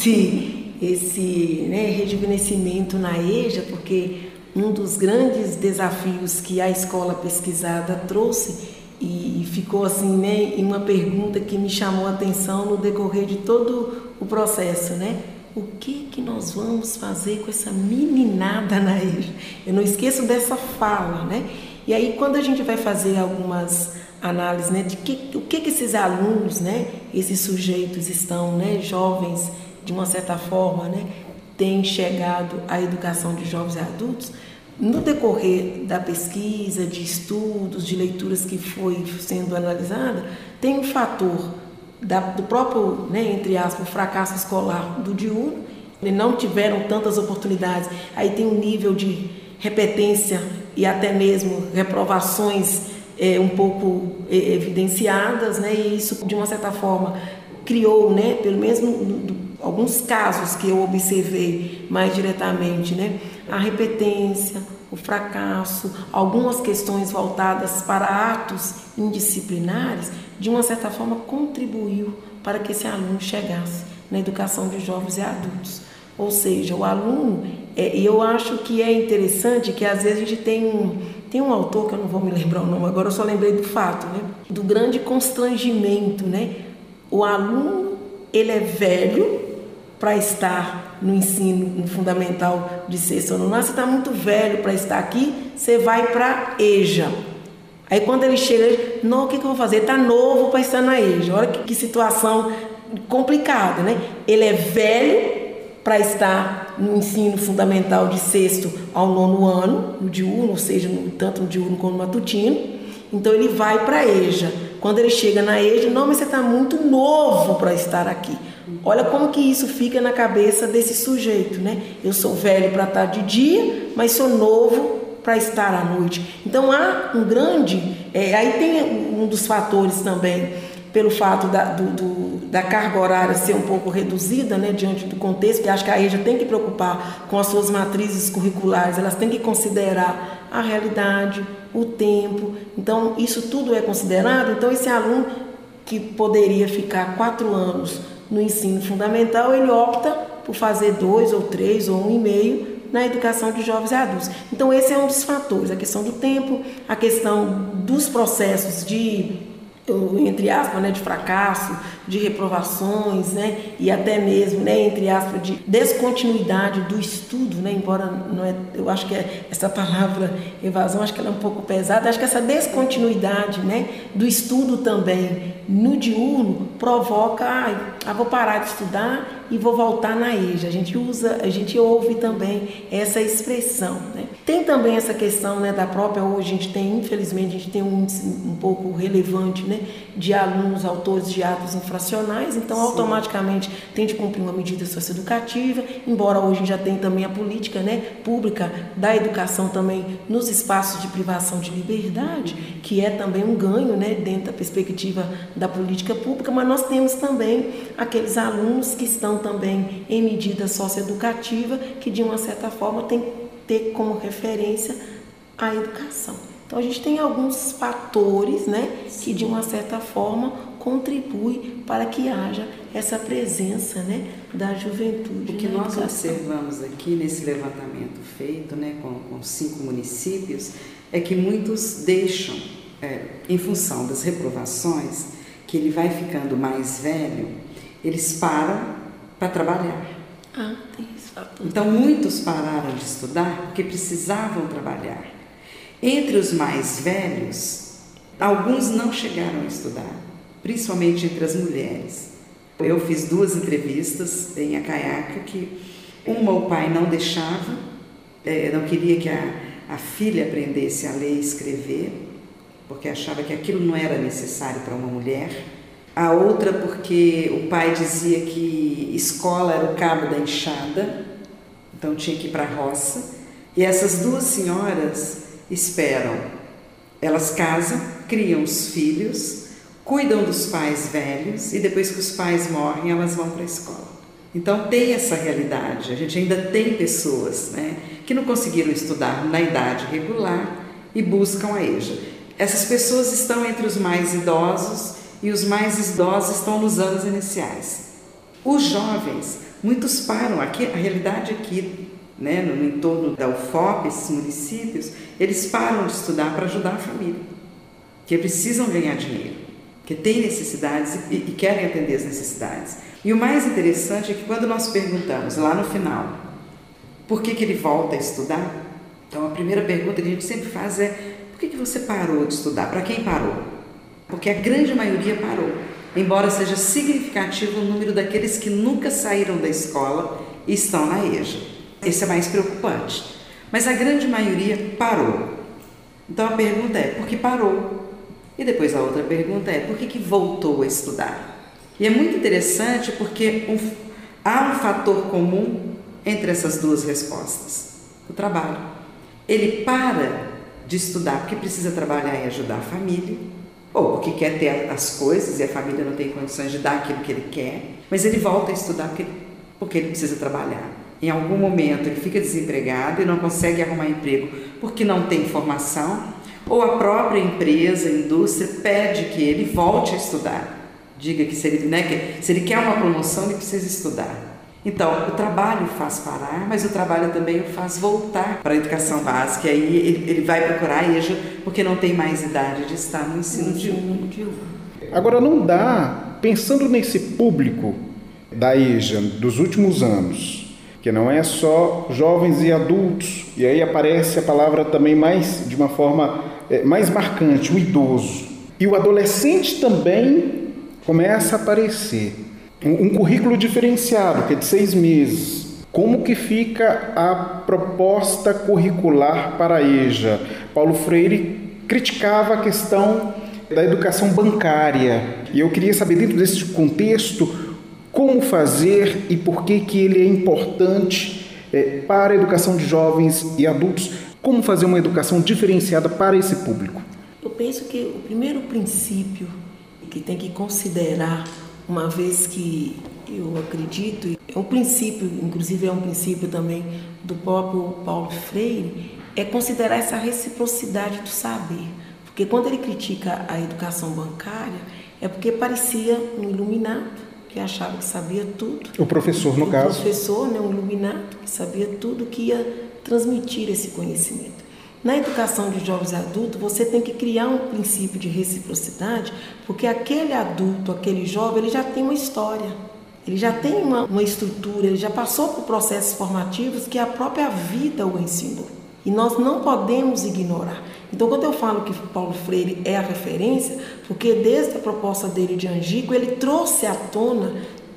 esse rejuvenescimento na EJA, porque um dos grandes desafios que a escola pesquisada trouxe e ficou assim, né, em uma pergunta que me chamou a atenção no decorrer de todo o processo, né? O que nós vamos fazer com essa meninada na EJA? Eu não esqueço dessa fala, né? E aí, quando a gente vai fazer algumas análises, né, de o que esses alunos, né, esses sujeitos estão, né, jovens, de uma certa forma, né, têm chegado à educação de jovens e adultos, no decorrer da pesquisa, de estudos, de leituras que foi sendo analisada, tem um fator do próprio, né, entre aspas, fracasso escolar do diurno, não tiveram tantas oportunidades, aí tem um nível de repetência e até mesmo reprovações um pouco evidenciadas, né, e isso, de uma certa forma, criou, né, pelo menos alguns casos que eu observei mais diretamente, né, a repetência, o fracasso, algumas questões voltadas para atos indisciplinares, de uma certa forma contribuiu para que esse aluno chegasse na educação de jovens e adultos. Ou seja, o aluno, E eu acho que é interessante que às vezes a gente tem um autor, que eu não vou me lembrar o nome agora, eu só lembrei do fato, né? Do grande constrangimento, né? O aluno, ele é velho para estar no ensino no fundamental de sexto ano. Você está muito velho para estar aqui, você vai para EJA. Aí quando ele chega, não, o que eu vou fazer? Ele está novo para estar na EJA. Olha que situação complicada, né? Ele é velho para estar no ensino fundamental de sexto ao nono ano, no diurno, ou seja, tanto no diurno como no matutino. Então ele vai para a EJA. Quando ele chega na EJA, não, mas você está muito novo para estar aqui. Olha como que isso fica na cabeça desse sujeito, né? Eu sou velho para estar de dia, mas sou novo para estar à noite. Então há um grande... aí tem um dos fatores também, pelo fato da carga horária ser um pouco reduzida, né, diante do contexto, que acho que a EJA tem que preocupar com as suas matrizes curriculares, elas têm que considerar a realidade, o tempo. Então isso tudo é considerado. Então esse aluno que poderia ficar 4 anos no ensino fundamental, ele opta por fazer 2 ou 3 ou 1,5 na educação de jovens e adultos. Então esse é um dos fatores, a questão do tempo, a questão dos processos de, entre aspas, né, de fracasso, de reprovações, né, e até mesmo, né, entre aspas, de descontinuidade do estudo, né, embora não é, eu acho que essa palavra evasão, acho que ela é um pouco pesada, acho que essa descontinuidade, né, do estudo também no diurno provoca, vou parar de estudar e vou voltar na EJA. A gente ouve também essa expressão, né? Tem também essa questão, né, da própria, hoje infelizmente, a gente tem um índice um pouco relevante, né, de alunos autores de atos infracionais, então automaticamente tem de cumprir uma medida socioeducativa, embora hoje já tem também a política, né, pública da educação também nos espaços de privação de liberdade, que é também um ganho, né, dentro da perspectiva da política pública, mas nós temos também aqueles alunos que estão também em medida socioeducativa, que de uma certa forma tem que ter como referência a educação. Então a gente tem alguns fatores, né, que de uma certa forma contribuem para que haja essa presença, né, da juventude. O que nós observamos aqui nesse levantamento feito, né, com 5 municípios, é que muitos deixam, em função das reprovações, que ele vai ficando mais velho, eles param para trabalhar. Tem esse fator. Então muitos pararam de estudar porque precisavam trabalhar. Entre os mais velhos, alguns não chegaram a estudar, principalmente entre as mulheres. Eu fiz 2 entrevistas em Acaiaca, que uma o pai não deixava, não queria que a filha aprendesse a ler e escrever, porque achava que aquilo não era necessário para uma mulher. A outra porque o pai dizia que escola era o cabo da enxada, então tinha que ir para a roça. E essas 2 senhoras esperam, elas casam, criam os filhos, cuidam dos pais velhos e depois que os pais morrem, elas vão para a escola. Então tem essa realidade, a gente ainda tem pessoas, né, que não conseguiram estudar na idade regular e buscam a EJA. Essas pessoas estão entre os mais idosos e os mais idosos estão nos anos iniciais. Os jovens, muitos param, aqui, a realidade aqui, né, no entorno da UFOP, esses municípios, eles param de estudar para ajudar a família, que precisam ganhar dinheiro, que têm necessidades e querem atender as necessidades. E o mais interessante é que quando nós perguntamos lá no final, por que ele volta a estudar? Então a primeira pergunta que a gente sempre faz é, por que você parou de estudar? Para quem parou? Porque a grande maioria parou, embora seja significativo o número daqueles que nunca saíram da escola e estão na EJA. Esse é mais preocupante. Mas a grande maioria parou. Então a pergunta é, por que parou? E depois a outra pergunta é, por que voltou a estudar? E é muito interessante porque há um fator comum entre essas 2 respostas. O trabalho. Ele para de estudar porque precisa trabalhar e ajudar a família, ou porque quer ter as coisas e a família não tem condições de dar aquilo que ele quer, mas ele volta a estudar porque ele precisa trabalhar. Em algum momento ele fica desempregado e não consegue arrumar emprego porque não tem formação, ou a própria empresa, a indústria pede que ele volte a estudar. Diga que se ele quer uma promoção, ele precisa estudar. Então, o trabalho faz parar, mas o trabalho também o faz voltar para a educação básica. E aí ele vai procurar a EJA porque não tem mais idade de estar no ensino diurno. Agora, não dá, pensando nesse público da EJA dos últimos anos, que não é só jovens e adultos, e aí aparece a palavra também mais, de uma forma mais marcante, o idoso. E o adolescente também começa a aparecer. Um currículo diferenciado, que é de 6 meses. Como que fica a proposta curricular para a EJA? Paulo Freire criticava a questão da educação bancária. E eu queria saber, dentro desse contexto, como fazer e por que ele é importante para a educação de jovens e adultos. Como fazer uma educação diferenciada para esse público? Eu penso que o primeiro princípio que tem que considerar, uma vez que eu acredito, é um princípio, inclusive é um princípio também do próprio Paulo Freire, é considerar essa reciprocidade do saber. Porque quando ele critica a educação bancária, é porque parecia um iluminado, que achava que sabia tudo. O professor, no caso. O professor, um iluminado, que sabia tudo, que ia transmitir esse conhecimento. Na educação de jovens e adultos, você tem que criar um princípio de reciprocidade, porque aquele adulto, aquele jovem, ele já tem uma história, ele já tem uma estrutura, ele já passou por processos formativos que a própria vida o ensinou. E nós não podemos ignorar. Então, quando eu falo que Paulo Freire é a referência, porque desde a proposta dele de Angico, ele trouxe à tona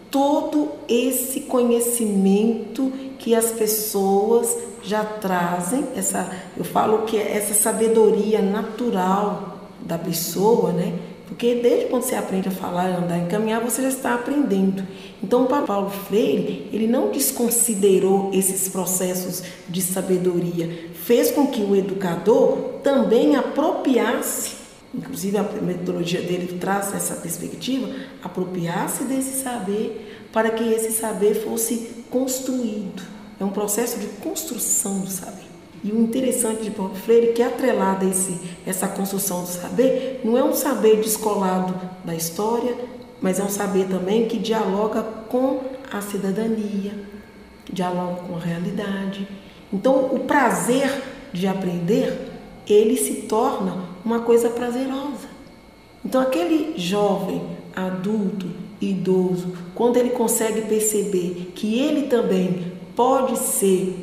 todo esse conhecimento que as pessoas já trazem, eu falo que é essa sabedoria natural da pessoa, né? Porque desde quando você aprende a falar, andar e caminhar, você já está aprendendo. Então, para Paulo Freire, ele não desconsiderou esses processos de sabedoria, fez com que o educador também apropriasse, inclusive a metodologia dele traz essa perspectiva, apropriasse desse saber para que esse saber fosse construído. É um processo de construção do saber. E o interessante de Paulo Freire é que, atrelado a essa construção do saber, não é um saber descolado da história, mas é um saber também que dialoga com a cidadania, que dialoga com a realidade. Então, o prazer de aprender, ele se torna uma coisa prazerosa. Então, aquele jovem, adulto, idoso, quando ele consegue perceber que ele também pode ser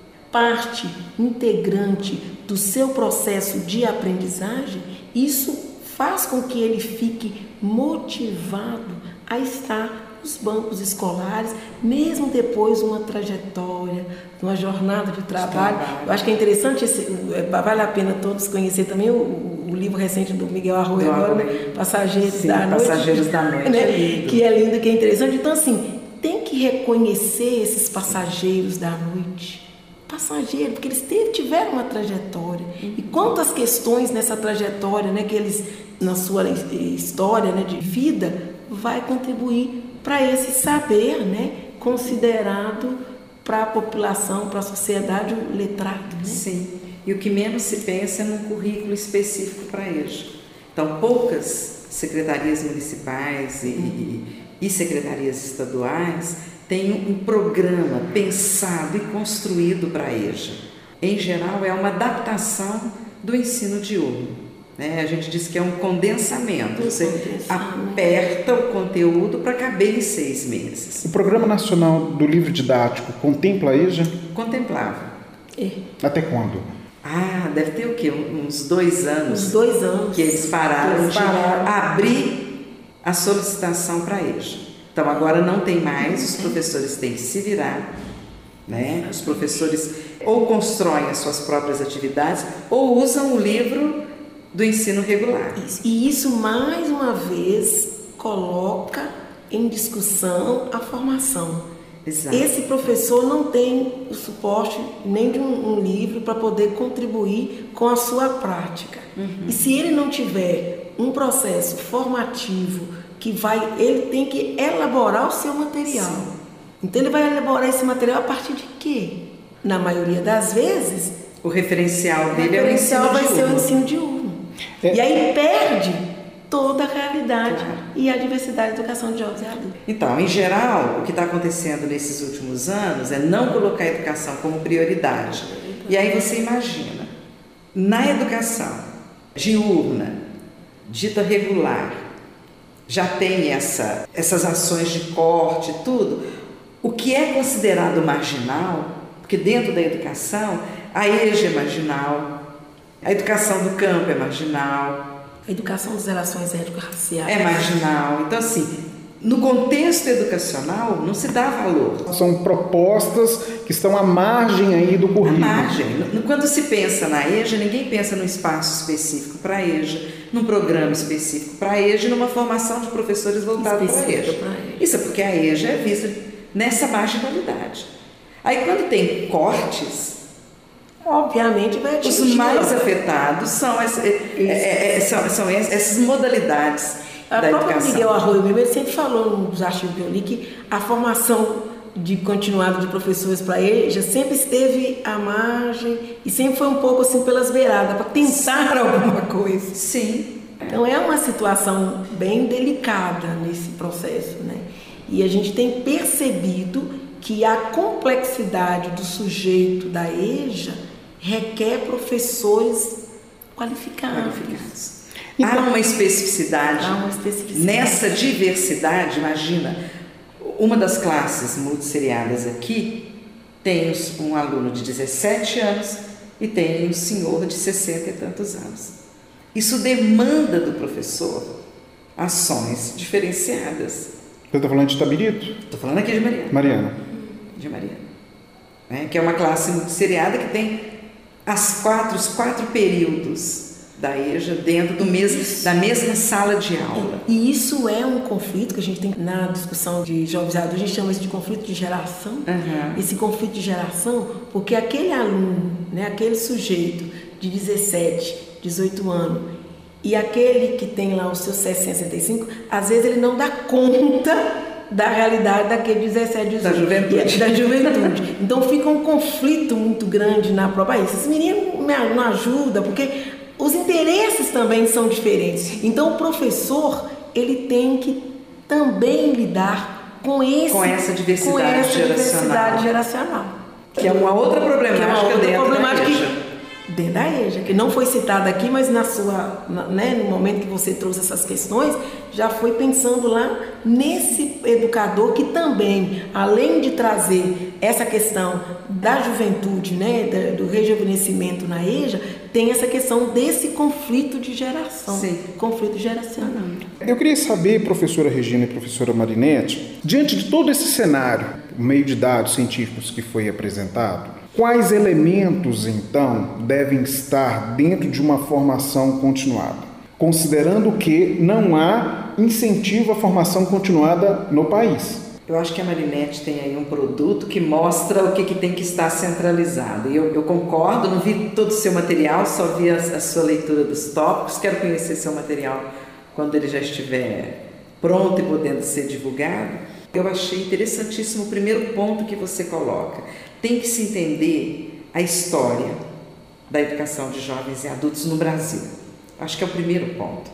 parte integrante do seu processo de aprendizagem, isso faz com que ele fique motivado a estar nos bancos escolares, mesmo depois de uma trajetória, de uma jornada de trabalho. Eu acho que é interessante, vale a pena todos conhecer também o livro recente do Miguel Arroyo, Passageiros da Noite. Passageiros da Noite, né? Que é lindo, que é interessante. Então, assim, tem que reconhecer esses passageiros da noite. Passageiro, porque eles tiveram uma trajetória. E quantas questões nessa trajetória, né, que eles, na sua história, né, de vida, vai contribuir para esse saber, né, considerado para a população, para a sociedade, o letrado. Né? Sim. E o que menos se pensa é num currículo específico para EJA. Então, poucas secretarias municipais e secretarias estaduais têm um programa pensado e construído para a EJA. Em geral, é uma adaptação do ensino diurno. Né? A gente diz que é um condensamento. Você aperta o conteúdo para caber em 6 meses. O Programa Nacional do Livro Didático contempla a EJA? Contemplava. Até quando? Deve ter o quê? Uns 2 anos. Uns 2 anos. Que eles pararam de abrir a solicitação para a EJA. Então, agora não tem mais, os professores têm que se virar, né? Os professores ou constroem as suas próprias atividades ou usam o livro do ensino regular. E isso, mais uma vez, coloca em discussão a formação. Exato. Esse professor não tem o suporte nem de um livro para poder contribuir com a sua prática. E se ele não tiver um processo formativo ele tem que elaborar o seu material. Sim. Então ele vai elaborar esse material a partir de quê? Na maioria das vezes, o referencial dele é o ensino diurno. Vai ser o ensino diurno. E aí perde toda a realidade e a diversidade da educação de jovens e adultos. Então, em geral, o que está acontecendo nesses últimos anos é não colocar a educação como prioridade. E aí você imagina, na educação diurna, dita regular, já tem essas ações de corte e tudo, o que é considerado marginal, porque dentro da educação, a EJA é marginal, a educação do campo é marginal, a educação das relações étnico-raciais é marginal. Então, assim, no contexto educacional, não se dá valor. São propostas que estão à margem aí do currículo. À margem. Quando se pensa na EJA, ninguém pensa num espaço específico para a EJA, num programa específico para a EJA e numa formação de professores voltados para a EJA. Isso é porque a EJA é vista nessa marginalidade. Aí, quando tem cortes, obviamente vai atingir. Os mais afetados são essas modalidades da educação. O próprio Miguel Arroio mesmo, ele sempre falou nos artigos que eu li que a formação de continuado de professores para EJA sempre esteve à margem e sempre foi um pouco assim pelas beiradas, para tentar alguma coisa. Sim. Então é uma situação bem delicada nesse processo, né? E a gente tem percebido que a complexidade do sujeito da EJA requer professores qualificados. Há uma especificidade. Nessa diversidade. Imagina, uma das classes multisseriadas aqui tem um aluno de 17 anos e tem um senhor de 60 e tantos anos. Isso demanda do professor ações diferenciadas. Você está falando de Itabirito? Estou falando aqui de Mariana. De Mariana. Que é uma classe multisseriada que tem os quatro períodos da EJA dentro da mesma sala de aula. E isso é um conflito que a gente tem na discussão de jovens e adultos, a gente chama isso de conflito de geração. Esse conflito de geração, porque aquele aluno, né, aquele sujeito de 17, 18 anos, e aquele que tem lá os seus 65, às vezes ele não dá conta da realidade daquele 17, 18. Da juventude. Então fica um conflito muito grande na própria. Esses meninos não ajudam, porque os interesses também são diferentes. Então o professor, ele tem que também lidar com essa diversidade geracional. Que é uma outra problemática dentro da EJA, que não foi citada aqui, mas no momento que você trouxe essas questões, já foi pensando lá nesse educador que também, além de trazer essa questão da juventude, né, do rejuvenescimento na EJA, tem essa questão desse conflito de geração, conflito geracional. Eu queria saber, professora Regina e professora Marinete, diante de todo esse cenário, o meio de dados científicos que foi apresentado, quais elementos, então, devem estar dentro de uma formação continuada? Considerando que não há incentivo à formação continuada no país. Eu acho que a Marinete tem aí um produto que mostra o que tem que estar centralizado. E eu concordo, não vi todo o seu material, só vi a sua leitura dos tópicos. Quero conhecer seu material quando ele já estiver pronto e podendo ser divulgado. Eu achei interessantíssimo o primeiro ponto que você coloca. Tem que se entender a história da educação de jovens e adultos no Brasil. Acho que é o primeiro ponto.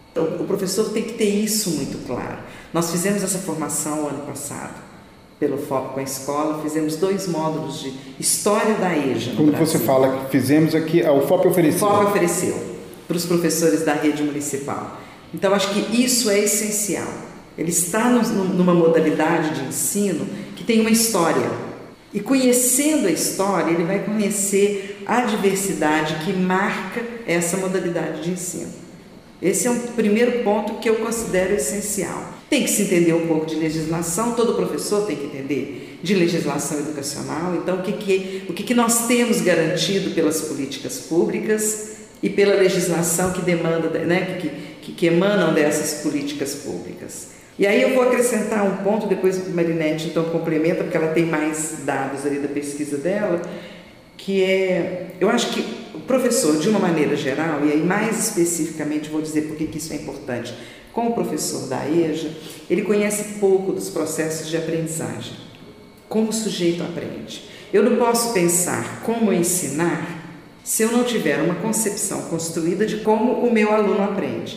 O professor tem que ter isso muito claro. Nós fizemos essa formação ano passado, pelo FOP com a escola, fizemos 2 módulos de História da EJA no Brasil. Quando você fala que fizemos aqui, o FOP ofereceu? O FOP ofereceu para os professores da rede municipal. Então, acho que isso é essencial. Ele está numa modalidade de ensino que tem uma história. E conhecendo a história, ele vai conhecer a diversidade que marca essa modalidade de ensino. Esse é um primeiro ponto que eu considero essencial. Tem que se entender um pouco de legislação, todo professor tem que entender de legislação educacional. Então, o que nós temos garantido pelas políticas públicas e pela legislação que demanda, né, que emanam dessas políticas públicas. E aí eu vou acrescentar um ponto, depois a Marinete então complementa, porque ela tem mais dados ali da pesquisa dela, que eu acho que o professor, de uma maneira geral, e aí mais especificamente vou dizer por que isso é importante, como professor da EJA, ele conhece pouco dos processos de aprendizagem, como o sujeito aprende. Eu não posso pensar como ensinar se eu não tiver uma concepção construída de como o meu aluno aprende.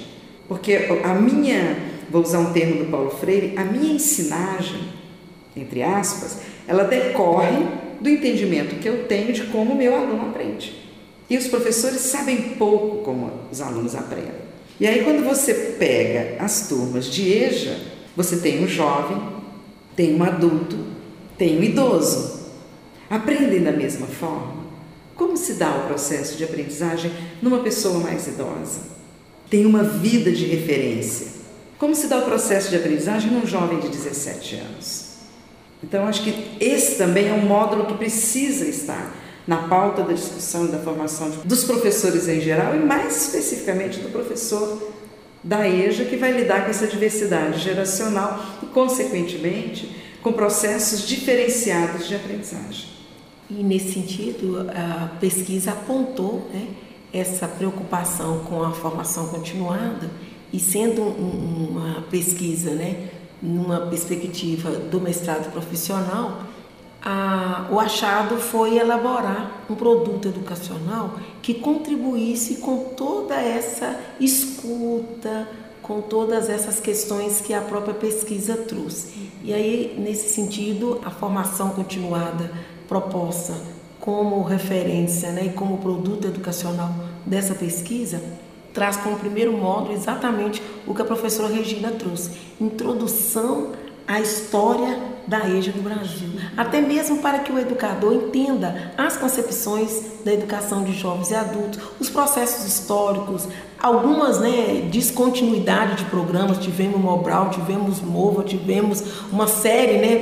Porque vou usar um termo do Paulo Freire, a minha ensinagem, entre aspas, ela decorre do entendimento que eu tenho de como o meu aluno aprende. E os professores sabem pouco como os alunos aprendem. E aí, quando você pega as turmas de EJA, você tem um jovem, tem um adulto, tem um idoso. Aprendem da mesma forma? Como se dá o processo de aprendizagem numa pessoa mais idosa? Tem uma vida de referência. Como se dá o processo de aprendizagem num jovem de 17 anos? Então, acho que esse também é um módulo que precisa estar na pauta da discussão e da formação dos professores em geral e mais especificamente do professor da EJA, que vai lidar com essa diversidade geracional e, consequentemente, com processos diferenciados de aprendizagem. E, nesse sentido, a pesquisa apontou, né, essa preocupação com a formação continuada e sendo uma pesquisa, né, numa perspectiva do mestrado profissional, o achado foi elaborar um produto educacional que contribuísse com toda essa escuta, com todas essas questões que a própria pesquisa trouxe. E aí, nesse sentido, a formação continuada proposta como referência, né, e como produto educacional dessa pesquisa, traz como primeiro módulo exatamente o que a professora Regina trouxe: introdução à história da EJA no Brasil, até mesmo para que o educador entenda as concepções da educação de jovens e adultos, os processos históricos, algumas, né, descontinuidade de programas. Tivemos Mobral, tivemos Mova, tivemos uma série, né,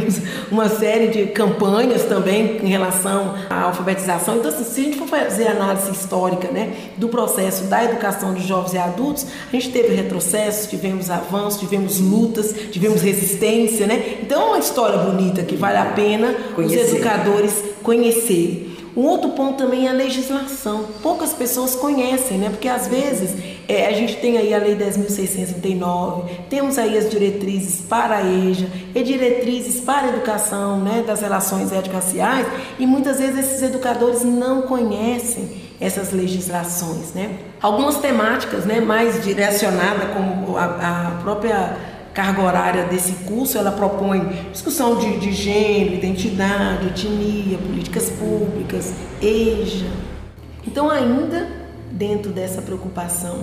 de campanhas também em relação à alfabetização. Então, assim, se a gente for fazer análise histórica, né, do processo da educação de jovens e adultos, a gente teve retrocessos, tivemos avanços, tivemos lutas, tivemos resistência, né? Então, é uma história bonita que vale a pena os educadores conhecerem. Um outro ponto também é a legislação. Poucas pessoas conhecem, né? Porque às vezes a gente tem aí a Lei 10.639, temos aí as diretrizes para a EJA e diretrizes para a educação, né, das relações étnico-raciais, e muitas vezes esses educadores não conhecem essas legislações, né? Algumas temáticas, né, mais direcionadas, como a própria carga horária desse curso, ela propõe discussão de gênero, identidade, etnia, políticas públicas, EJA. Então, ainda dentro dessa preocupação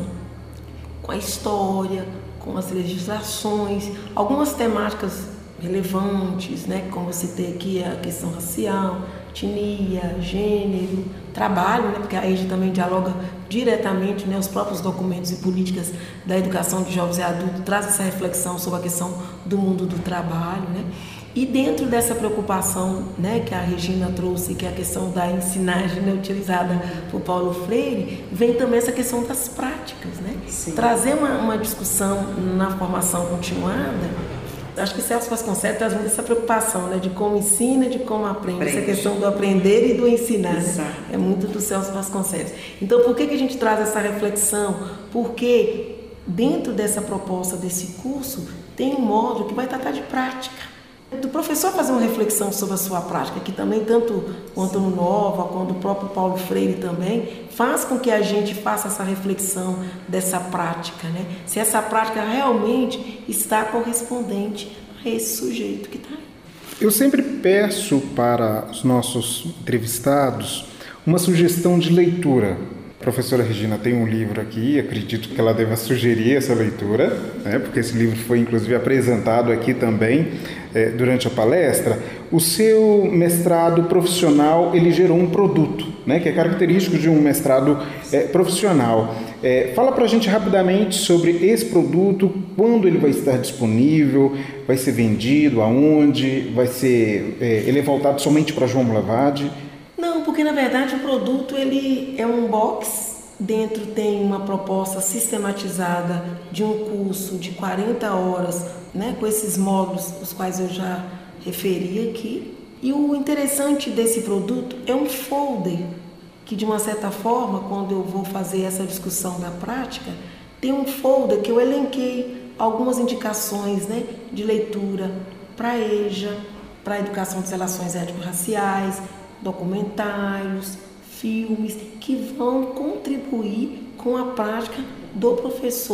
com a história, com as legislações, algumas temáticas relevantes, né, como eu citei aqui a questão racial, etnia, gênero, trabalho, né, porque a EJA também dialoga diretamente, né, os próprios documentos e políticas da educação de jovens e adultos traz essa reflexão sobre a questão do mundo do trabalho, né? E dentro dessa preocupação, né, que a Regina trouxe, que é a questão da ensinagem, né, utilizada por Paulo Freire, vem também essa questão das práticas, né? Sim. Trazer uma discussão na formação continuada. Acho que Celso Vasconcelos traz muito essa preocupação, né, de como ensina, de como aprende. Essa questão do aprender e do ensinar, né? É muito do Celso Vasconcelos. Então, por que a gente traz essa reflexão? Porque dentro dessa proposta desse curso tem um módulo que vai tratar de prática. Do professor fazer uma reflexão sobre a sua prática, que também tanto quanto no Nova, quanto o próprio Paulo Freire também, faz com que a gente faça essa reflexão dessa prática, né? Se essa prática realmente está correspondente a esse sujeito que está aí. Eu sempre peço para os nossos entrevistados uma sugestão de leitura. A professora Regina tem um livro aqui, acredito que ela deva sugerir essa leitura, né, porque esse livro foi inclusive apresentado aqui também durante a palestra. O seu mestrado profissional, ele gerou um produto, né, que é característico de um mestrado profissional. Fala para a gente rapidamente sobre esse produto, quando ele vai estar disponível, vai ser vendido, aonde, ele é voltado somente para João Mulavade? Não, porque na verdade o produto ele é um box, dentro tem uma proposta sistematizada de um curso de 40 horas, né, com esses módulos, os quais eu já referi aqui. E o interessante desse produto é um folder, que de uma certa forma, quando eu vou fazer essa discussão da prática, tem um folder que eu elenquei algumas indicações, né, de leitura para a EJA, para a educação das relações étnico-raciais, documentários, filmes que vão contribuir com a prática do professor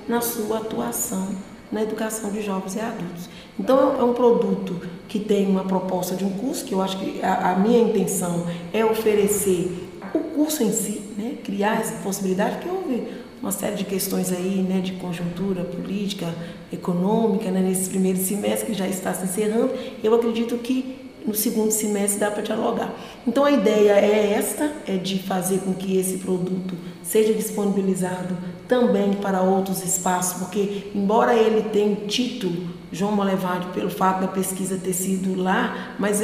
na sua atuação na educação de jovens e adultos. Então é um produto que tem uma proposta de um curso, que eu acho que a minha intenção é oferecer o curso em si, né? Criar essa possibilidade, porque houve uma série de questões aí, né, de conjuntura política, econômica, né, nesse primeiro semestre que já está se encerrando. Eu acredito que no segundo semestre dá para dialogar. Então a ideia é esta, é de fazer com que esse produto seja disponibilizado também para outros espaços, porque embora ele tenha o título João Molevade pelo fato da pesquisa ter sido lá, mas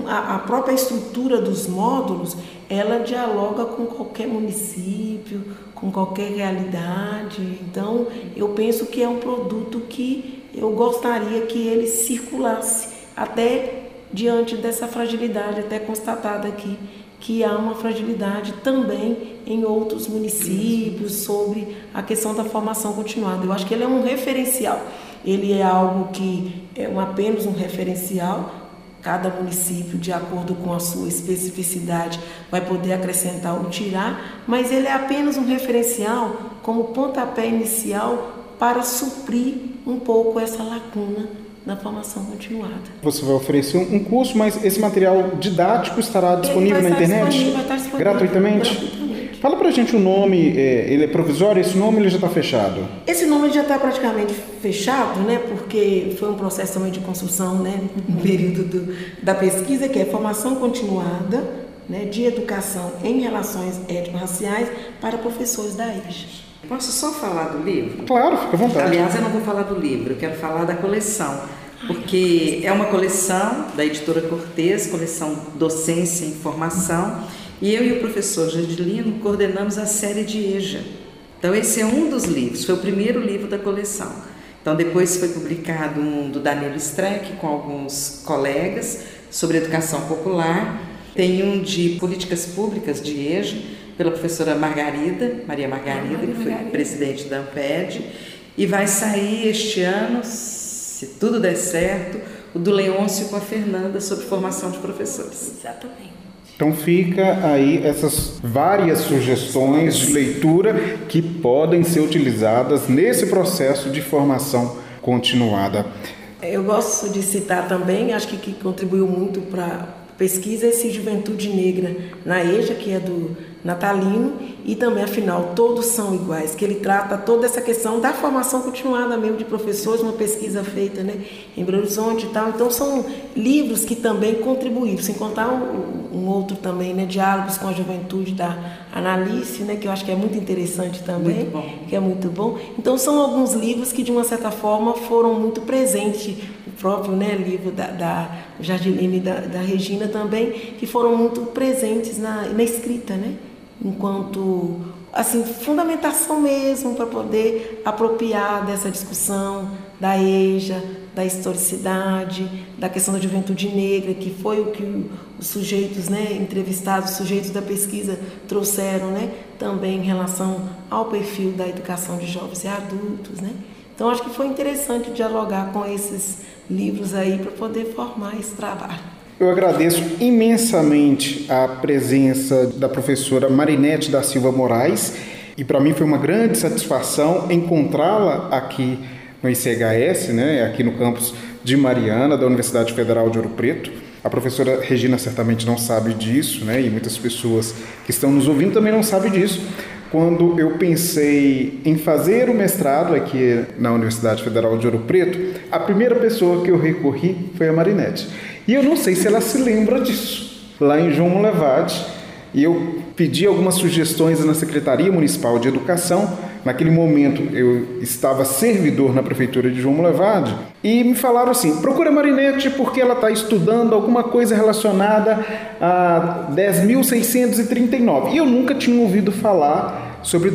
a própria estrutura dos módulos, ela dialoga com qualquer município, com qualquer realidade. Então eu penso que é um produto que eu gostaria que ele circulasse até diante dessa fragilidade até constatada aqui, que há uma fragilidade também em outros municípios sobre a questão da formação continuada. Eu acho que ele é um referencial, ele é algo que é apenas um referencial. Cada município, de acordo com a sua especificidade, vai poder acrescentar ou tirar, mas ele é apenas um referencial como pontapé inicial para suprir um pouco essa lacuna da formação continuada. Você vai oferecer um curso, mas esse material didático estará disponível na internet? Vai estar disponível gratuitamente? Fala pra gente o nome, ele é provisório, esse nome ele já está fechado? Esse nome já está praticamente fechado, né? Porque foi um processo também de construção, né? No período da pesquisa, que é formação continuada, né? De educação em relações étnico-raciais para professores da EJA. Posso só falar do livro? Claro, fica à vontade. Aliás, eu não vou falar do livro, eu quero falar da coleção, porque é uma coleção da editora Cortez, coleção Docência e Formação, e eu e o professor Jardilino coordenamos a série de EJA. Então esse é um dos livros, foi o primeiro livro da coleção. Então depois foi publicado um do Danilo Streck com alguns colegas sobre educação popular, tem um de políticas públicas de EJA, pela professora Maria Margarida, que foi presidente da Amped, e vai sair este ano, se tudo der certo, o do Leôncio com a Fernanda sobre formação de professores. Exatamente. Então fica aí essas várias sugestões de leitura que podem ser utilizadas nesse processo de formação continuada. Eu gosto de citar também, acho que contribuiu muito para a pesquisa, esse Juventude Negra na EJA, que é do Natalino, e também, afinal, Todos São Iguais, que ele trata toda essa questão da formação continuada mesmo de professores, uma pesquisa feita, né, em Belo Horizonte e tal. Então, são livros que também contribuíram, sem contar um outro também, né, Diálogos com a Juventude, da Analice, né, que eu acho que é muito interessante também, muito bom. Que é muito bom. Então, são alguns livros que, de uma certa forma, foram muito presentes, o próprio, né, livro da Jardiline e da Regina também, que foram muito presentes na escrita, né? Enquanto, assim, fundamentação mesmo para poder apropriar dessa discussão da EJA, da historicidade, da questão da juventude negra, que foi o que os sujeitos, né, entrevistados, os sujeitos da pesquisa trouxeram, né, também em relação ao perfil da educação de jovens e adultos, né. Então, acho que foi interessante dialogar com esses livros aí para poder formar esse trabalho. Eu agradeço imensamente a presença da professora Marinete da Silva Moraes e para mim foi uma grande satisfação encontrá-la aqui no ICHS, né, aqui no campus de Mariana, da Universidade Federal de Ouro Preto. A professora Regina certamente não sabe disso, né, e muitas pessoas que estão nos ouvindo também não sabem disso. Quando eu pensei em fazer o mestrado aqui na Universidade Federal de Ouro Preto, a primeira pessoa que eu recorri foi a Marinete. E eu não sei se ela se lembra disso. Lá em João Molevade, e eu pedi algumas sugestões na Secretaria Municipal de Educação. Naquele momento eu estava servidor na Prefeitura de João Molevade e me falaram assim, procura a Marinete porque ela está estudando alguma coisa relacionada a 10.639. E eu nunca tinha ouvido falar sobre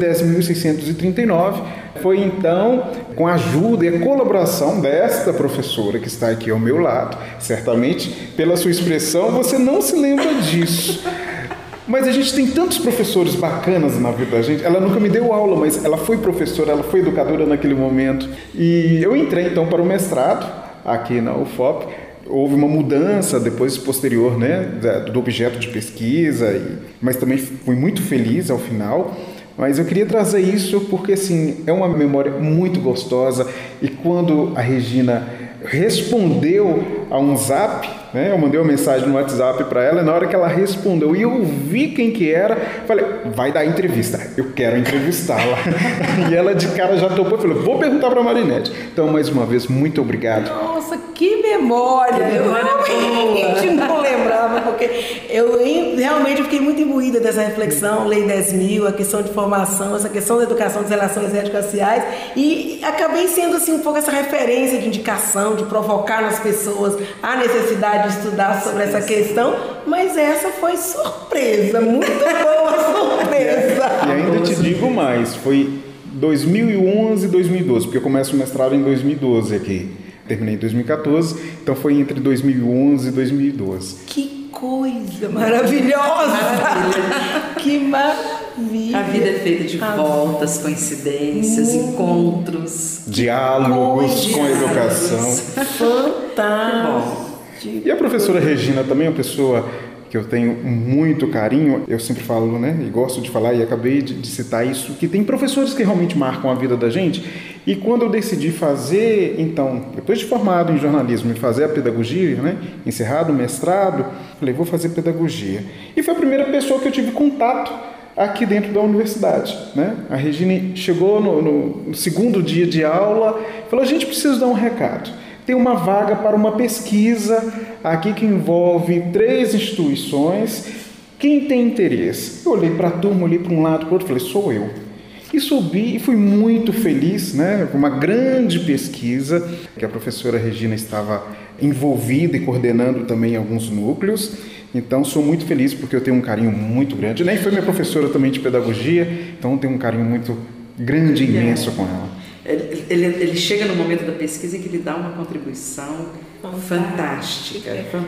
10.639. Foi então com a ajuda e a colaboração desta professora que está aqui ao meu lado. Certamente, pela sua expressão, você não se lembra disso. Mas a gente tem tantos professores bacanas na vida da gente. Ela nunca me deu aula, mas ela foi professora, ela foi educadora naquele momento. E eu entrei então para o mestrado aqui na UFOP. Houve uma mudança depois, posterior, né, do objeto de pesquisa, mas também fui muito feliz ao final. Mas eu queria trazer isso porque, assim, é uma memória muito gostosa. E quando a Regina respondeu a um zap, né? Eu mandei uma mensagem no WhatsApp para ela, e na hora que ela respondeu e eu vi quem que era, falei, vai dar entrevista, eu quero entrevistá-la. E ela de cara já topou e falou, vou perguntar para a Marinete. Então, mais uma vez, muito obrigado. Nossa, que memória! Eu realmente não lembrava, porque eu realmente fiquei muito imbuída dessa reflexão, Lei 10.000, a questão de formação, essa questão da educação das relações étnico-raciais, e acabei sendo assim um pouco essa referência de indicação, de provocar nas pessoas a necessidade de estudar sobre essa questão, mas essa foi surpresa, muito boa surpresa. E ainda te digo mais, foi 2011 e 2012, porque eu começo o mestrado em 2012 aqui. Terminei em 2014, então foi entre 2011 e 2012. Que coisa maravilhosa! Que maravilha! A vida é feita de voltas, coincidências, encontros, diálogos com a educação. Fantástico! E a professora Regina também é uma pessoa que eu tenho muito carinho, eu sempre falo, né, e gosto de falar, e acabei de citar isso, que tem professores que realmente marcam a vida da gente, e quando eu decidi fazer, então, depois de formado em jornalismo, e fazer a pedagogia, né, encerrado o mestrado, falei, vou fazer pedagogia. E foi a primeira pessoa que eu tive contato aqui dentro da universidade, né? A Regina chegou no segundo dia de aula, falou, a gente precisa dar um recado. Tem uma vaga para uma pesquisa aqui que envolve 3 instituições. Quem tem interesse? Eu olhei para a turma, olhei para um lado, para o outro, falei, sou eu. E subi e fui muito feliz, né? Uma grande pesquisa que a professora Regina estava envolvida e coordenando também alguns núcleos. Então, sou muito feliz porque eu tenho um carinho muito grande. Nem foi minha professora também de pedagogia, então tenho um carinho muito grande e imenso com ela. Ele chega no momento da pesquisa em que ele dá uma contribuição fantástica.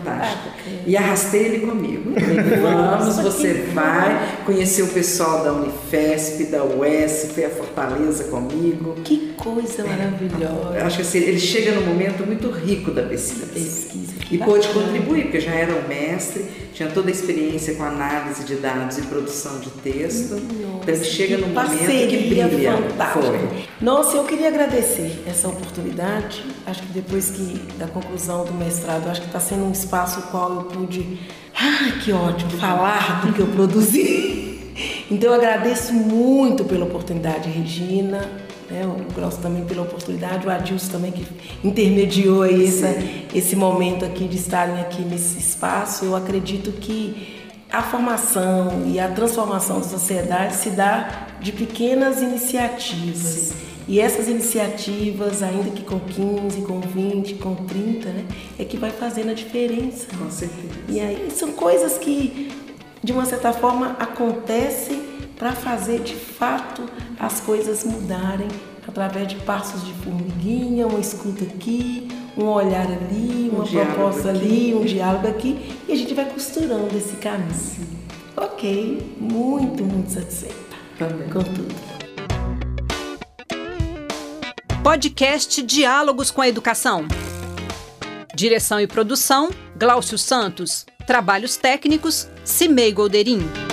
E arrastei ele comigo. Vamos, você vai conhecer o pessoal da Unifesp, da UES, foi a Fortaleza comigo. Que coisa maravilhosa. Acho que assim, ele chega num momento muito rico da pesquisa. E pôde contribuir, porque já era um mestre, tinha toda a experiência com análise de dados e produção de texto. Então ele chega num momento que brilha. Foi. Nossa, eu queria agradecer essa oportunidade. Acho que depois da conclusão do mestrado, acho que está sendo um espaço no qual eu pude, que ótimo, falar do que eu produzi. Então eu agradeço muito pela oportunidade, Regina, né, o Glaucio também pela oportunidade, o Adilson também que intermediou aí esse momento aqui de estarem aqui nesse espaço. Eu acredito que a formação e a transformação da sociedade se dá de pequenas iniciativas. Sim. E essas iniciativas, ainda que com 15, com 20, com 30, né, é que vai fazendo a diferença. Com certeza. E aí são coisas que, de uma certa forma, acontecem para fazer, de fato, as coisas mudarem através de passos de formiguinha, uma escuta aqui, um olhar ali, uma proposta ali, um diálogo aqui, e a gente vai costurando esse caminho. Sim. Ok, muito, muito satisfeita com tudo. Podcast Diálogos com a Educação. Direção e produção, Glaucio Santos. Trabalhos técnicos, Cimei Golderim.